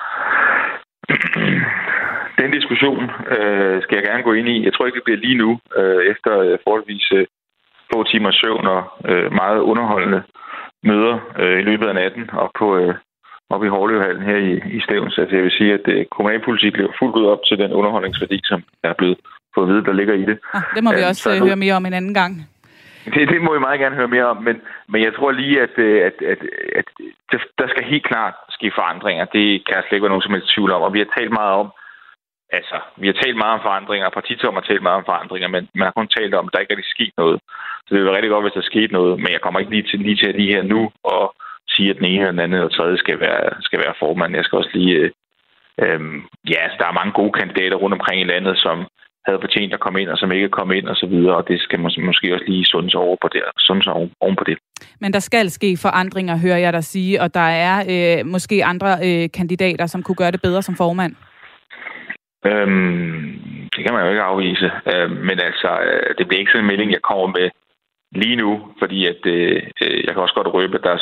L: Den diskussion skal jeg gerne gå ind i. Jeg tror ikke, det bliver lige nu, efter forholdsvis få timers søvn og meget underholdende møder i løbet af natten op i Hårløvhallen her i Stevns. Altså jeg vil sige, at kommunalpolitik lever fuldt ud op til den underholdningsværdi, som er blevet fået at vide, der ligger i det.
A: Det må vi også høre mere om en anden gang.
L: Det må vi meget gerne høre mere om, men jeg tror lige, at der skal helt klart ske forandringer. Det kan jeg slet ikke være nogen som helst tvivl om, og vi har talt meget om, vi har talt meget om forandringer, og partitom har talt meget om forandringer, men man har kun talt om, at der ikke rigtig sket noget. Så det vil være rigtig godt, hvis der skete noget, men jeg kommer ikke lige til her nu og sige, at den ene, den anden og tredje skal være formand. Jeg skal også lige... der er mange gode kandidater rundt omkring i landet, som havde fortjent at komme ind, og som ikke kom ind, og så videre, og det skal måske også lige sundes oven på det.
A: Men der skal ske forandringer, hører jeg dig sige, og der er måske andre kandidater, som kunne gøre det bedre som formand?
L: Det kan man jo ikke afvise. Men altså, det bliver ikke sådan en melding, jeg kommer med lige nu, fordi at jeg kan også godt røbe, at der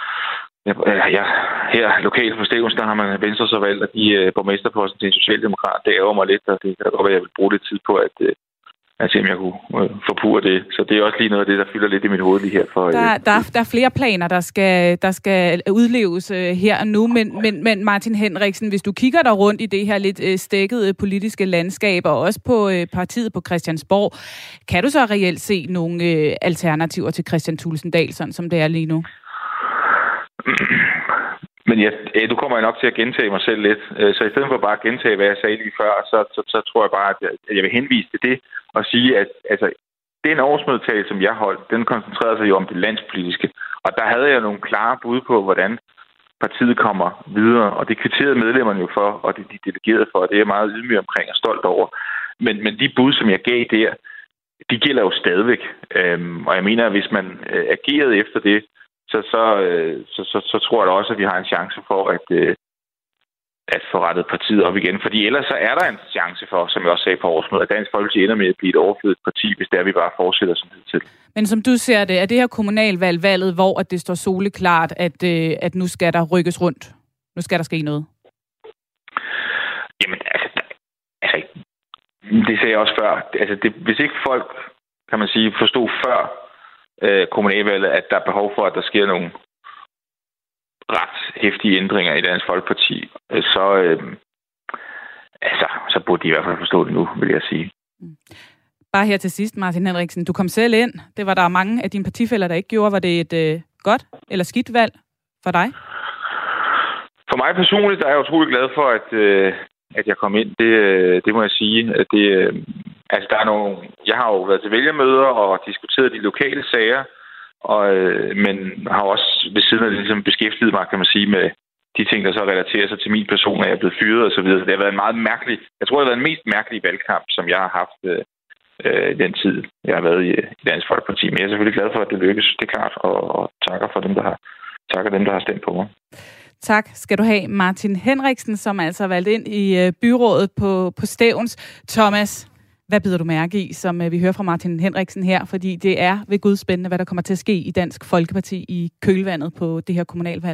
L: her lokalt på Stevns, der har man Venstre så valgt at give borgmesterposten til en socialdemokrat. Det ærger mig lidt, og det kan godt være, at jeg vil bruge lidt tid på at se, om jeg kunne forpure det. Så det er også lige noget af det, der fylder lidt i mit hoved lige her.
A: Der er flere planer, der skal udleves her og nu, men Martin Henriksen, hvis du kigger der rundt i det her lidt stækkede politiske landskab, og også på partiet på Christiansborg, kan du så reelt se nogle alternativer til Christian Thulesen Dahl, sådan som det er lige nu?
L: Men du kommer jo nok til at gentage mig selv lidt. Så i stedet for bare at gentage, hvad jeg sagde lige før, så tror jeg bare, at jeg vil henvise til det og sige, at altså, den årsmødetale, som jeg holdt, den koncentrerede sig jo om det landspolitiske. Og der havde jeg nogle klare bud på, hvordan partiet kommer videre. Og det kvitterede medlemmerne jo for, og det de delegerede for, og det er jeg meget ydmyg omkring og stolt over. Men de bud, som jeg gav der, de gælder jo stadigvæk. Og jeg mener, at hvis man agerede efter det, så tror jeg da også, at vi har en chance for at få rettet partiet op igen. Fordi ellers så er der en chance for, som jeg også sagde på årsmødet, at Dansk Folkeparti ender med at blive et overflødigt parti, hvis det er, vi bare fortsætter som hidtil.
A: Men som du ser det, er det her kommunalvalget, hvor at det står soleklart, at nu skal der rykkes rundt? Nu skal der ske noget?
L: Jamen, altså det sagde jeg også før. Altså, hvis ikke folk, kan man sige, forstod før kommunalvalget, at der er behov for, at der sker nogle ret heftige ændringer i Dansk Folkeparti, så burde de i hvert fald forstå det nu, vil jeg sige.
A: Bare her til sidst, Martin Henriksen, du kom selv ind. Det var der mange af dine partifæller, der ikke gjorde. Var det et godt eller skidt valg for dig?
L: For mig personligt, der er jeg utrolig glad for, at jeg kom ind. Det må jeg sige. Der er nogle... Jeg har jo været til vælgermøder og diskuteret de lokale sager, men har også ved siden af det ligesom beskæftiget mig, kan man sige, med de ting, der så relaterer sig til min person, at jeg er blevet fyret og så videre. Så det har været en meget mærkelig... Jeg tror, det har været den mest mærkelige valgkamp, som jeg har haft i den tid, jeg har været i Dansk Folkeparti. Men jeg er selvfølgelig glad for, at det lykkes, det er klart, og takker dem, der har stemt på mig.
A: Tak skal du have, Martin Henriksen, som altså er valgt ind i byrådet på Stevns. Thomas, hvad bider du mærke i, som vi hører fra Martin Henriksen her? Fordi det er ved Gud spændende, hvad der kommer til at ske i Dansk Folkeparti i kølvandet på det her kommunalvalg.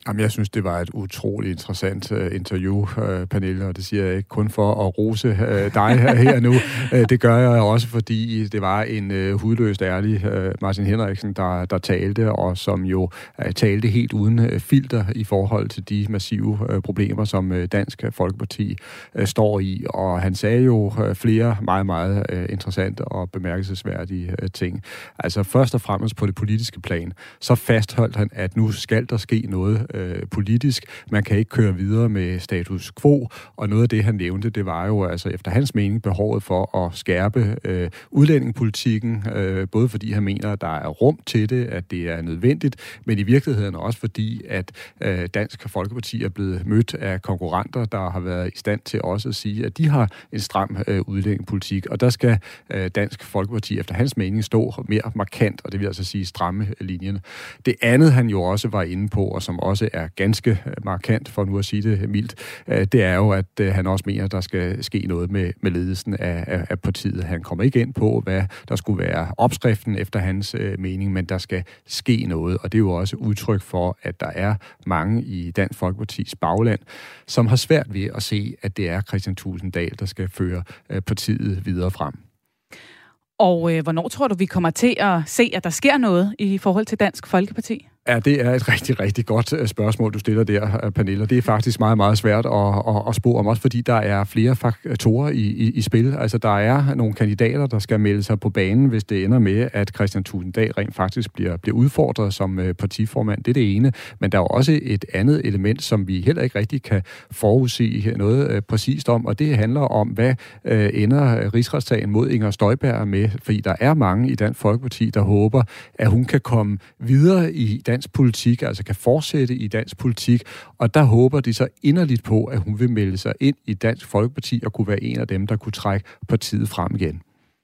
C: Jamen, jeg synes, det var et utroligt interessant interview, Pernille, og det siger jeg ikke kun for at rose dig her nu. Det gør jeg også, fordi det var en hudløst ærlig Martin Henriksen, der talte, og som jo talte helt uden filter i forhold til de massive problemer, som Dansk Folkeparti står i. Og han sagde jo flere meget, meget interessante og bemærkelsesværdige ting. Altså først og fremmest på det politiske plan, så fastholdt han, at nu skal der ske noget politisk. Man kan ikke køre videre med status quo, og noget af det, han nævnte, det var jo altså efter hans mening behovet for at skærpe udlændingepolitikken, både fordi han mener, at der er rum til det, at det er nødvendigt, men i virkeligheden også fordi, at Dansk Folkeparti er blevet mødt af konkurrenter, der har været i stand til også at sige, at de har en stram udlændingepolitik, og der skal Dansk Folkeparti efter hans mening stå mere markant, og det vil altså sige stramme linjerne. Det andet, han jo også var inde på, og som også er ganske markant, for nu at sige det mildt, det er jo, at han også mener, at der skal ske noget med ledelsen af partiet. Han kommer ikke ind på, hvad der skulle være opskriften efter hans mening, men der skal ske noget, og det er jo også udtryk for, at der er mange i Dansk Folkepartis bagland, som har svært ved at se, at det er Kristian Thulesen Dahl, der skal føre partiet videre frem.
A: Og hvornår tror du, vi kommer til at se, at der sker noget i forhold til Dansk Folkeparti?
C: Ja, det er et rigtig, rigtig godt spørgsmål, du stiller der, Pernille. Det er faktisk meget, meget svært at spå om, også fordi der er flere faktorer i spil. Altså, der er nogle kandidater, der skal melde sig på banen, hvis det ender med, at Kristian Thulesen Dahl rent faktisk bliver udfordret som partiformand. Det er det ene. Men der er også et andet element, som vi heller ikke rigtig kan forudsige noget præcist om, og det handler om, hvad ender rigsretssagen mod Inger Støjberg med, fordi der er mange i Dansk Folkeparti, der håber, at hun kan komme videre i dansk politik, altså kan fortsætte i dansk politik, og der håber de så inderligt på, at hun vil melde sig ind i Dansk Folkeparti og kunne være en af dem, der kunne trække partiet frem igen.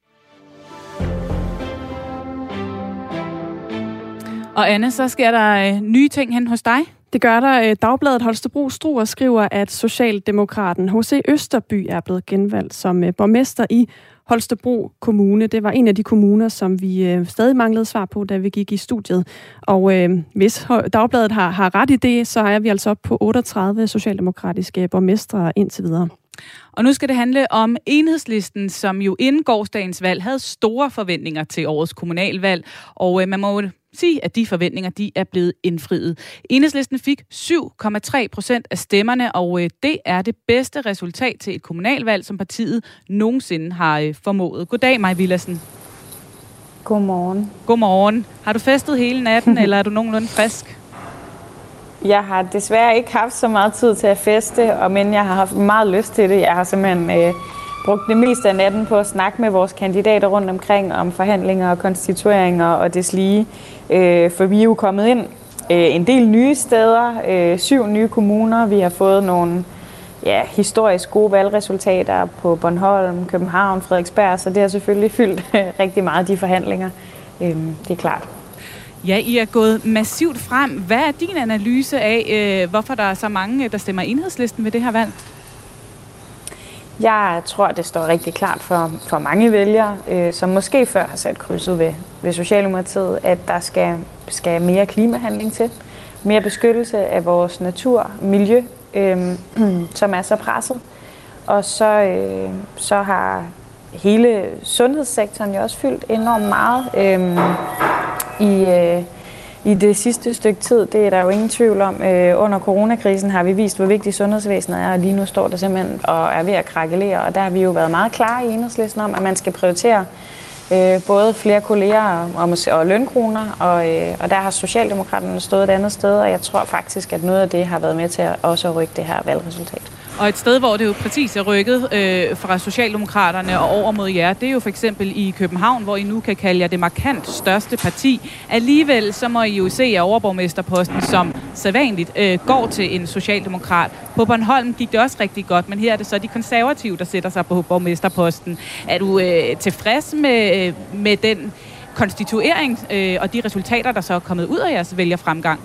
A: Og Anne, så sker der nye ting hen hos dig?
B: Det gør der. Dagbladet Holstebro Struer skriver, at Socialdemokraten H.C. Østerby er blevet genvalgt som borgmester i Holstebro Kommune. Det var en af de kommuner, som vi stadig manglede svar på, da vi gik i studiet. Og hvis Dagbladet har ret i det, så er vi altså op på 38 socialdemokratiske borgmestre indtil videre.
A: Og nu skal det handle om Enhedslisten, som jo inden gårsdagens valg havde store forventninger til årets kommunalvalg. Og man må sige, at de forventninger, de er blevet indfriet. Enhedslisten fik 7,3% af stemmerne, og det er det bedste resultat til et kommunalvalg, som partiet nogensinde har formået. Goddag, Maj Villadsen.
N: Godmorgen.
A: Godmorgen. Har du festet hele natten, eller er du nogenlunde frisk?
N: Jeg har desværre ikke haft så meget tid til at feste, men jeg har haft meget lyst til det. Jeg har simpelthen brugt det meste af natten på at snakke med vores kandidater rundt omkring om forhandlinger og konstitueringer og deslige. For vi er jo kommet ind en del nye steder, 7 nye kommuner. Vi har fået nogle historisk gode valgresultater på Bornholm, København, Frederiksberg, så det har selvfølgelig fyldt rigtig meget de forhandlinger. Det er klart.
A: Ja, I er gået massivt frem. Hvad er din analyse af, hvorfor der er så mange, der stemmer Enhedslisten ved det her valg?
N: Jeg tror, det står rigtig klart for mange vælgere, som måske før har sat krydset ved Socialdemokratiet, at der skal mere klimahandling til. Mere beskyttelse af vores natur, miljø, som er så presset. Og så har hele sundhedssektoren jo også fyldt enormt meget i det sidste stykke tid. Det er der jo ingen tvivl om. Under coronakrisen har vi vist, hvor vigtigt sundhedsvæsenet er, og lige nu står der simpelthen og er ved at krakelere. Og der har vi jo været meget klare i Enhedslisten om, at man skal prioritere både flere kolleger og lønkroner, og der har Socialdemokraterne stået et andet sted, og jeg tror faktisk, at noget af det har været med til at også rykke det her valgresultat.
A: Og et sted, hvor det jo præcis er rykket fra Socialdemokraterne og over mod jer, det er jo for eksempel i København, hvor I nu kan kalde jer det markant største parti. Alligevel så må I jo se, at overborgmesterposten som sædvanligt går til en socialdemokrat. På Bornholm gik det også rigtig godt, men her er det så de konservative, der sætter sig på borgmesterposten. Er du tilfreds med den konstituering og de resultater, der så er kommet ud af jeres vælgerfremgang?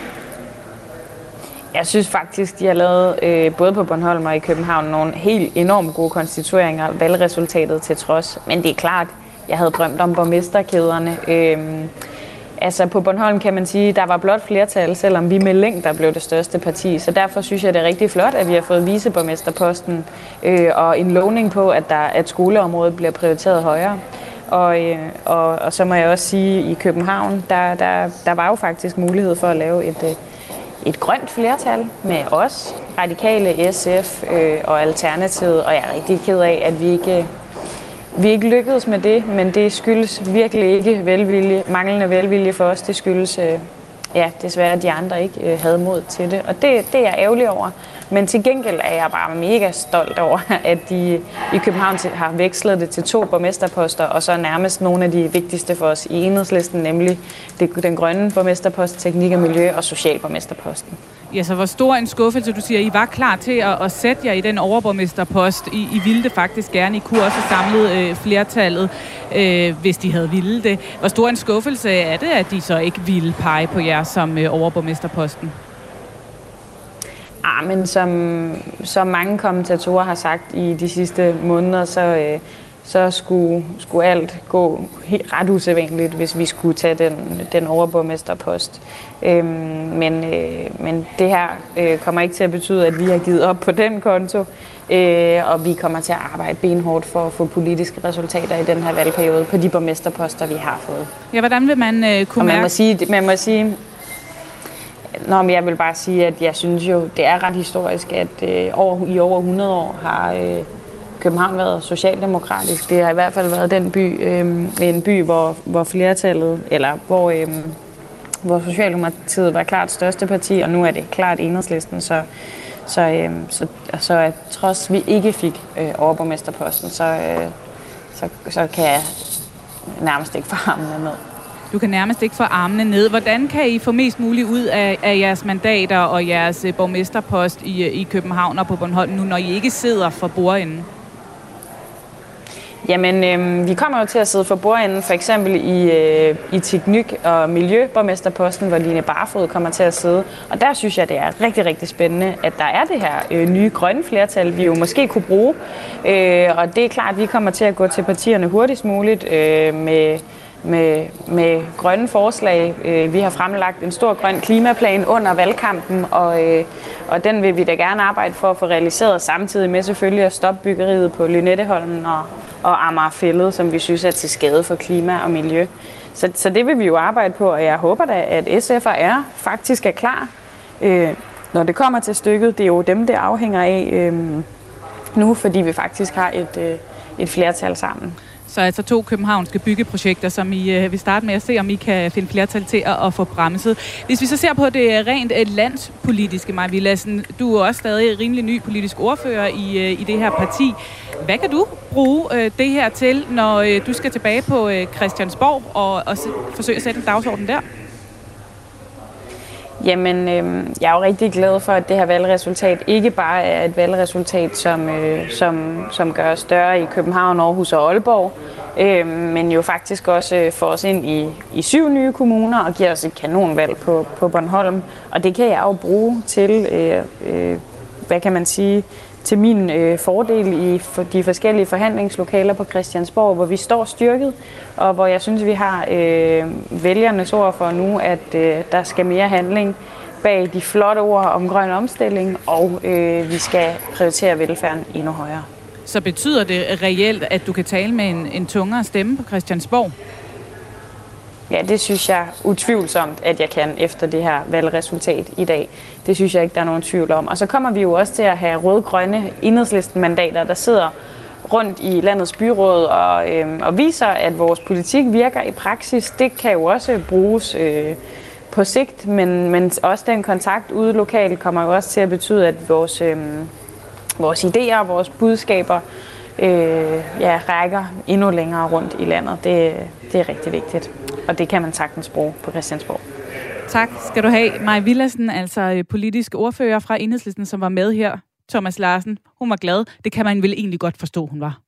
N: Jeg synes faktisk, de har lavet både på Bornholm og i København nogle helt enormt gode konstitueringer, valgresultatet til trods. Men det er klart, jeg havde drømt om borgmesterkæderne. Altså på Bornholm kan man sige, der var blot flertal, selvom vi med længder blev det største parti. Så derfor synes jeg, det er rigtig flot, at vi har fået viceborgmesterposten og en lovning på, at skoleområdet bliver prioriteret højere. Og så må jeg også sige, at i København, der var jo faktisk mulighed for at lave et grønt flertal med os, Radikale, SF og Alternativet. Og jeg er rigtig ked af, at vi ikke lykkedes med det, men det skyldes virkelig ikke manglende velvilje for os. Det skyldes desværre, at de andre ikke havde mod til det. Og det er jeg ærgerlig over. Men til gengæld er jeg bare mega stolt over, at de i København har vekslet det til 2 borgmesterposter, og så nærmest nogle af de vigtigste for os i Enhedslisten, nemlig den grønne borgmesterpost, teknik og miljø og socialborgmesterposten.
A: Ja, så hvor stor en skuffelse, du siger, I var klar til at sætte jer i den overborgmesterpost. I ville det faktisk gerne. I kunne også have samlet flertallet, hvis de havde ville det. Hvor stor en skuffelse er det, at de så ikke ville pege på jer som overborgmesterposten?
N: Men som mange kommentatorer har sagt i de sidste måneder, så skulle alt gå ret usædvanligt, hvis vi skulle tage den overborgmesterpost. Men det her kommer ikke til at betyde, at vi har givet op på den konto, og vi kommer til at arbejde benhårdt for at få politiske resultater i den her valgperiode på de borgmesterposter, vi har fået.
A: Ja, hvordan vil man kunne mærke?
N: Man må sige, men jeg vil bare sige, at jeg synes jo, det er ret historisk, at i over 100 år har København været socialdemokratisk. Det har i hvert fald været en by, hvor flertallet, eller hvor Socialdemokratiet var klart største parti, og nu er det klart Enhedslisten, så trods vi ikke fik overborgmesterposten, så kan jeg nærmest ikke få armene ned.
A: Du kan nærmest ikke få armene ned. Hvordan kan I få mest muligt ud af jeres mandater og jeres borgmesterpost i København og på Bornholm nu, når I ikke sidder for bordenden?
N: Jamen, vi kommer jo til at sidde for bordenden, for eksempel i teknik- og miljøborgmesterposten, hvor Line Barfod kommer til at sidde. Og der synes jeg, det er rigtig, rigtig spændende, at der er det her nye grønne flertal, vi jo måske kunne bruge. Og det er klart, at vi kommer til at gå til partierne hurtigst muligt med grønne forslag. Vi har fremlagt en stor grøn klimaplan under valgkampen, og den vil vi da gerne arbejde for at få realiseret, samtidig med selvfølgelig at stoppe byggeriet på Lynetteholmen og Amagerfælled, som vi synes er til skade for klima og miljø. Så det vil vi jo arbejde på, og jeg håber da, at SF og R faktisk er klar, når det kommer til stykket. Det er jo dem, det afhænger af nu, fordi vi faktisk har et flertal sammen.
A: Så altså 2 københavnske byggeprojekter, som I vil starte med at se, om I kan finde flertal til at få bremset. Hvis vi så ser på det rent landspolitiske, Mai Villadsen, du er også stadig rimelig ny politisk ordfører i det her parti. Hvad kan du bruge det her til, når du skal tilbage på Christiansborg og forsøge at sætte en dagsorden der?
N: Jamen, jeg er jo rigtig glad for, at det her valgresultat ikke bare er et valgresultat, som gør os større i København, Aarhus og Aalborg, men jo faktisk også får os ind i 7 nye kommuner og giver os et kanonvalg på Bornholm. Og det kan jeg jo bruge til, hvad kan man sige, til min fordel i de forskellige forhandlingslokaler på Christiansborg, hvor vi står styrket, og hvor jeg synes, vi har vælgernes ord for nu, at der skal mere handling bag de flotte ord om grøn omstilling, og vi skal prioritere velfærden endnu højere.
A: Så betyder det reelt, at du kan tale med en tungere stemme på Christiansborg?
N: Ja, det synes jeg utvivlsomt, at jeg kan efter det her valgresultat i dag. Det synes jeg ikke, der er nogen tvivl om. Og så kommer vi jo også til at have rød-grønne Enhedslisten-mandater, der sidder rundt i landets byråd og viser, at vores politik virker i praksis. Det kan jo også bruges på sigt, men også den kontakt ude lokalt kommer jo også til at betyde, at vores idéer og vores budskaber rækker endnu længere rundt i landet. Det er rigtig vigtigt, og det kan man sagtens bruge på Christiansborg.
A: Tak skal du have, Mai Villadsen, altså politisk ordfører fra Enhedslisten, som var med her. Thomas Larsen, hun var glad. Det kan man vel egentlig godt forstå, hun var.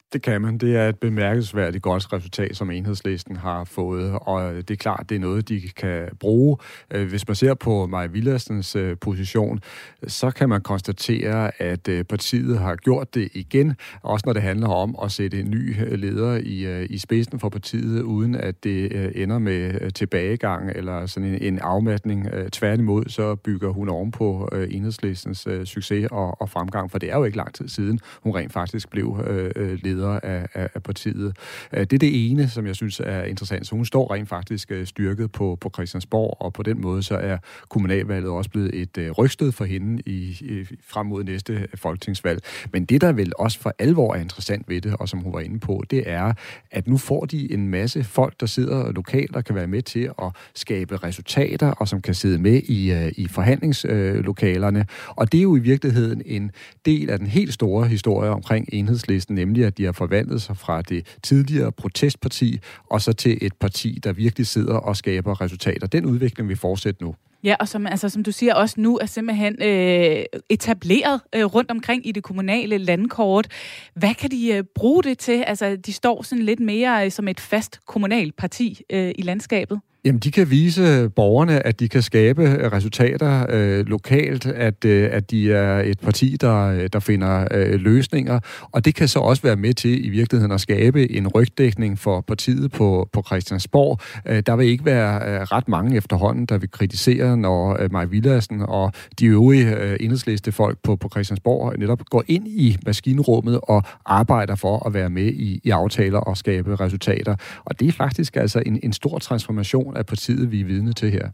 C: Det kan man. Det er et bemærkelsesværdigt godt resultat, som Enhedslisten har fået, og det er klart, det er noget, de kan bruge. Hvis man ser på Mai Villadsens position, så kan man konstatere, at partiet har gjort det igen, også når det handler om at sætte en ny leder i spidsen for partiet, uden at det ender med tilbagegang eller sådan en afmatning. Tværtimod, så bygger hun oven på Enhedslistens succes og fremgang, for det er jo ikke lang tid siden, hun rent faktisk blev leder af partiet. Det er det ene, som jeg synes er interessant. Så hun står rent faktisk styrket på Christiansborg, og på den måde så er kommunalvalget også blevet et rygstød for hende frem mod næste folketingsvalg. Men det, der vel også for alvor er interessant ved det, og som hun var inde på, det er, at nu får de en masse folk, der sidder lokalt og kan være med til at skabe resultater, og som kan sidde med i forhandlingslokalerne. Og det er jo i virkeligheden en del af den helt store historie omkring Enhedslisten, nemlig at de har forvandlet sig fra det tidligere protestparti, og så til et parti, der virkelig sidder og skaber resultater. Den udvikling vil fortsætte nu.
A: Ja, og som du siger, også nu er simpelthen etableret rundt omkring i det kommunale landkort. Hvad kan de bruge det til? Altså, de står sådan lidt mere som et fast kommunalt parti i landskabet.
C: Jamen, de kan vise borgerne, at de kan skabe resultater lokalt, at de er et parti, der finder løsninger, og det kan så også være med til i virkeligheden at skabe en rygdækning for partiet på Christiansborg. Der vil ikke være ret mange efterhånden, der vil kritisere, når Mai Villadsen og de øvrige enhedslistefolk på Christiansborg netop går ind i maskinrummet og arbejder for at være med i aftaler og skabe resultater. Og det er faktisk altså en stor transformation af partiet, vi er vidne til her.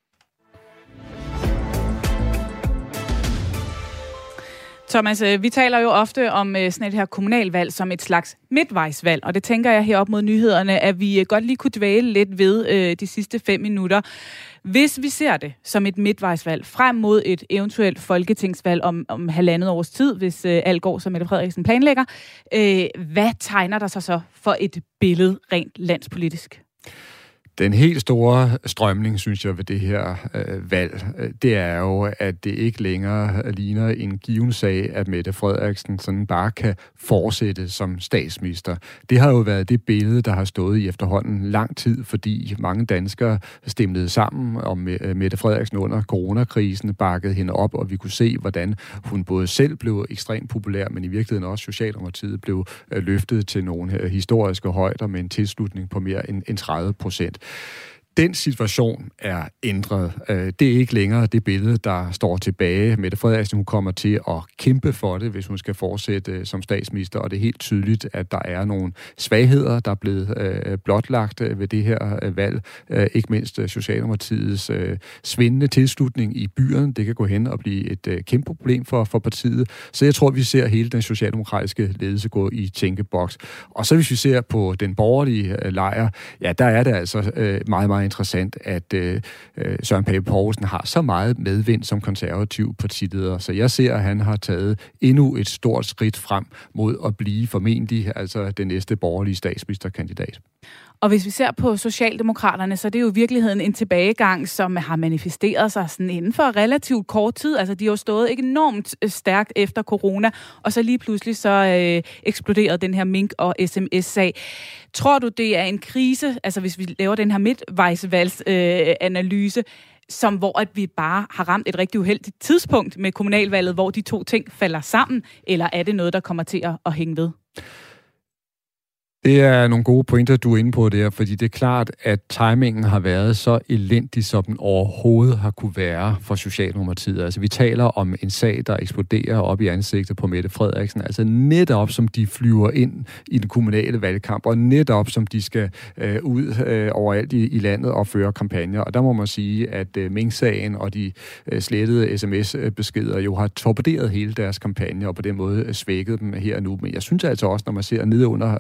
A: Thomas, vi taler jo ofte om sådan et her kommunalvalg som et slags midtvejsvalg, og det tænker jeg herop mod nyhederne, at vi godt lige kunne dvæle lidt ved de sidste 5 minutter. Hvis vi ser det som et midtvejsvalg frem mod et eventuelt folketingsvalg om 1,5 års tid, hvis alt går, som Mette Frederiksen planlægger, hvad tegner der sig så for et billede rent landspolitisk?
C: Den helt store strømning, synes jeg, ved det her valg, det er jo, at det ikke længere ligner en given sag, at Mette Frederiksen sådan bare kan fortsætte som statsminister. Det har jo været det billede, der har stået i efterhånden lang tid, fordi mange danskere stemlede sammen om Mette Frederiksen under coronakrisen, bakkede hende op, og vi kunne se, hvordan hun både selv blev ekstremt populær, men i virkeligheden også Socialdemokratiet blev løftet til nogle historiske højder med en tilslutning på mere end 30%. Den situation er ændret. Det er ikke længere det billede, der står tilbage. Mette Frederiksen, hun kommer til at kæmpe for det, hvis hun skal fortsætte som statsminister, og det er helt tydeligt, at der er nogle svagheder, der er blevet blotlagt ved det her valg. Ikke mindst Socialdemokratiets svindende tilslutning i byerne. Det kan gå hen og blive et kæmpe problem for partiet. Så jeg tror, vi ser hele den socialdemokratiske ledelse gå i tænkeboks. Og så hvis vi ser på den borgerlige lejr, ja, der er det altså meget, meget interessant, at Søren Pape Poulsen har så meget medvind som konservativ partileder. Så jeg ser, at han har taget endnu et stort skridt frem mod at blive formentlig altså den næste borgerlige statsministerkandidat.
A: Og hvis vi ser på Socialdemokraterne, så er det jo i virkeligheden en tilbagegang, som har manifesteret sig sådan inden for relativt kort tid. Altså, de har jo stået enormt stærkt efter corona, og så lige pludselig så eksploderede den her mink- og sms-sag. Tror du, det er en krise, altså hvis vi laver den her midtvejsvalgsanalyse, hvor at vi bare har ramt et rigtig uheldigt tidspunkt med kommunalvalget, hvor de to ting falder sammen, eller er det noget, der kommer til at hænge ved?
C: Det er nogle gode pointer, du er inde på der, fordi det er klart, at timingen har været så elendig, som den overhovedet har kunne være for Socialdemokratiet. Altså, vi taler om en sag, der eksploderer op i ansigtet på Mette Frederiksen. Altså netop som de flyver ind i den kommunale valgkamp, og netop som de skal ud overalt i landet og føre kampagner. Og der må man sige, at Mink-sagen og de slettede sms-beskeder jo har torpederet hele deres kampagne, og på den måde svækket dem her nu. Men jeg synes altså også, når man ser ned under tallene,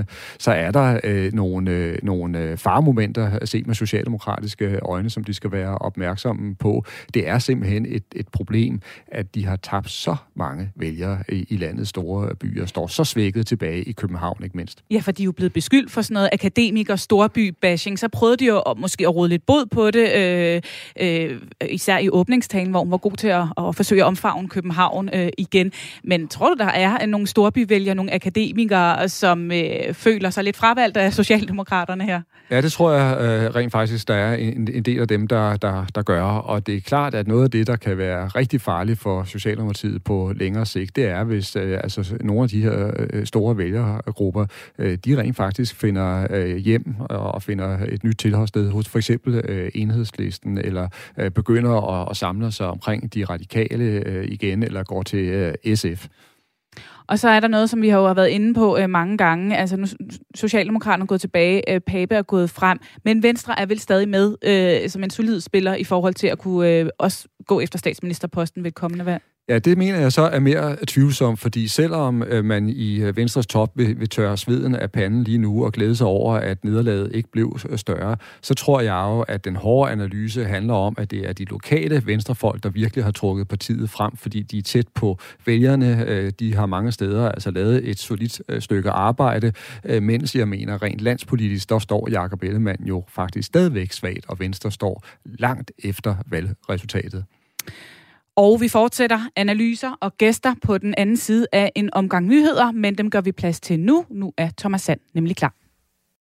C: så er der nogle faremomenter set med socialdemokratiske øjne, som de skal være opmærksomme på. Det er simpelthen et problem, at de har tabt så mange vælgere i landets store byer, står så svækket tilbage i København, ikke mindst.
A: Ja, for de er jo blevet beskyldt for sådan noget akademiker-storby-bashing, så prøvede de jo måske at råde lidt bod på det, især i åbningstalen, hvor hun var god til at forsøge at omfavne København igen. Men tror du, der er nogle storbyvælgere, nogle akademikere, som føler sig lidt fravalgt af Socialdemokraterne her?
C: Ja, det tror jeg rent faktisk, der er en del af dem, der gør. Og det er klart, at noget af det, der kan være rigtig farligt for Socialdemokratiet på længere sigt, det er, hvis nogle af de her store vælgergrupper, de rent faktisk finder hjem og finder et nyt tilholdssted hos for eksempel Enhedslisten, eller begynder at samle sig omkring de radikale igen, eller går til SF.
A: Og så er der noget, som vi har været inde på mange gange. Altså nu Socialdemokraterne er gået tilbage, Pape er gået frem, men Venstre er vel stadig med som en solid spiller i forhold til at kunne også gå efter statsministerposten ved et kommende valg.
C: Ja, det mener jeg så er mere tvivlsomt, fordi selvom man i Venstres top vil tørre sveden af panden lige nu og glæde sig over, at nederlaget ikke blev større, så tror jeg jo, at den hårde analyse handler om, at det er de lokale venstrefolk, der virkelig har trukket partiet frem, fordi de er tæt på vælgerne. De har mange steder altså lavet et solidt stykke arbejde, mens jeg mener rent landspolitisk, der står Jakob Ellemann jo faktisk stadigvæk svagt, og Venstre står langt efter valgresultatet.
A: Og vi fortsætter analyser og gæster på den anden side af en omgang nyheder, men dem gør vi plads til nu. Nu er Thomas Sand nemlig klar.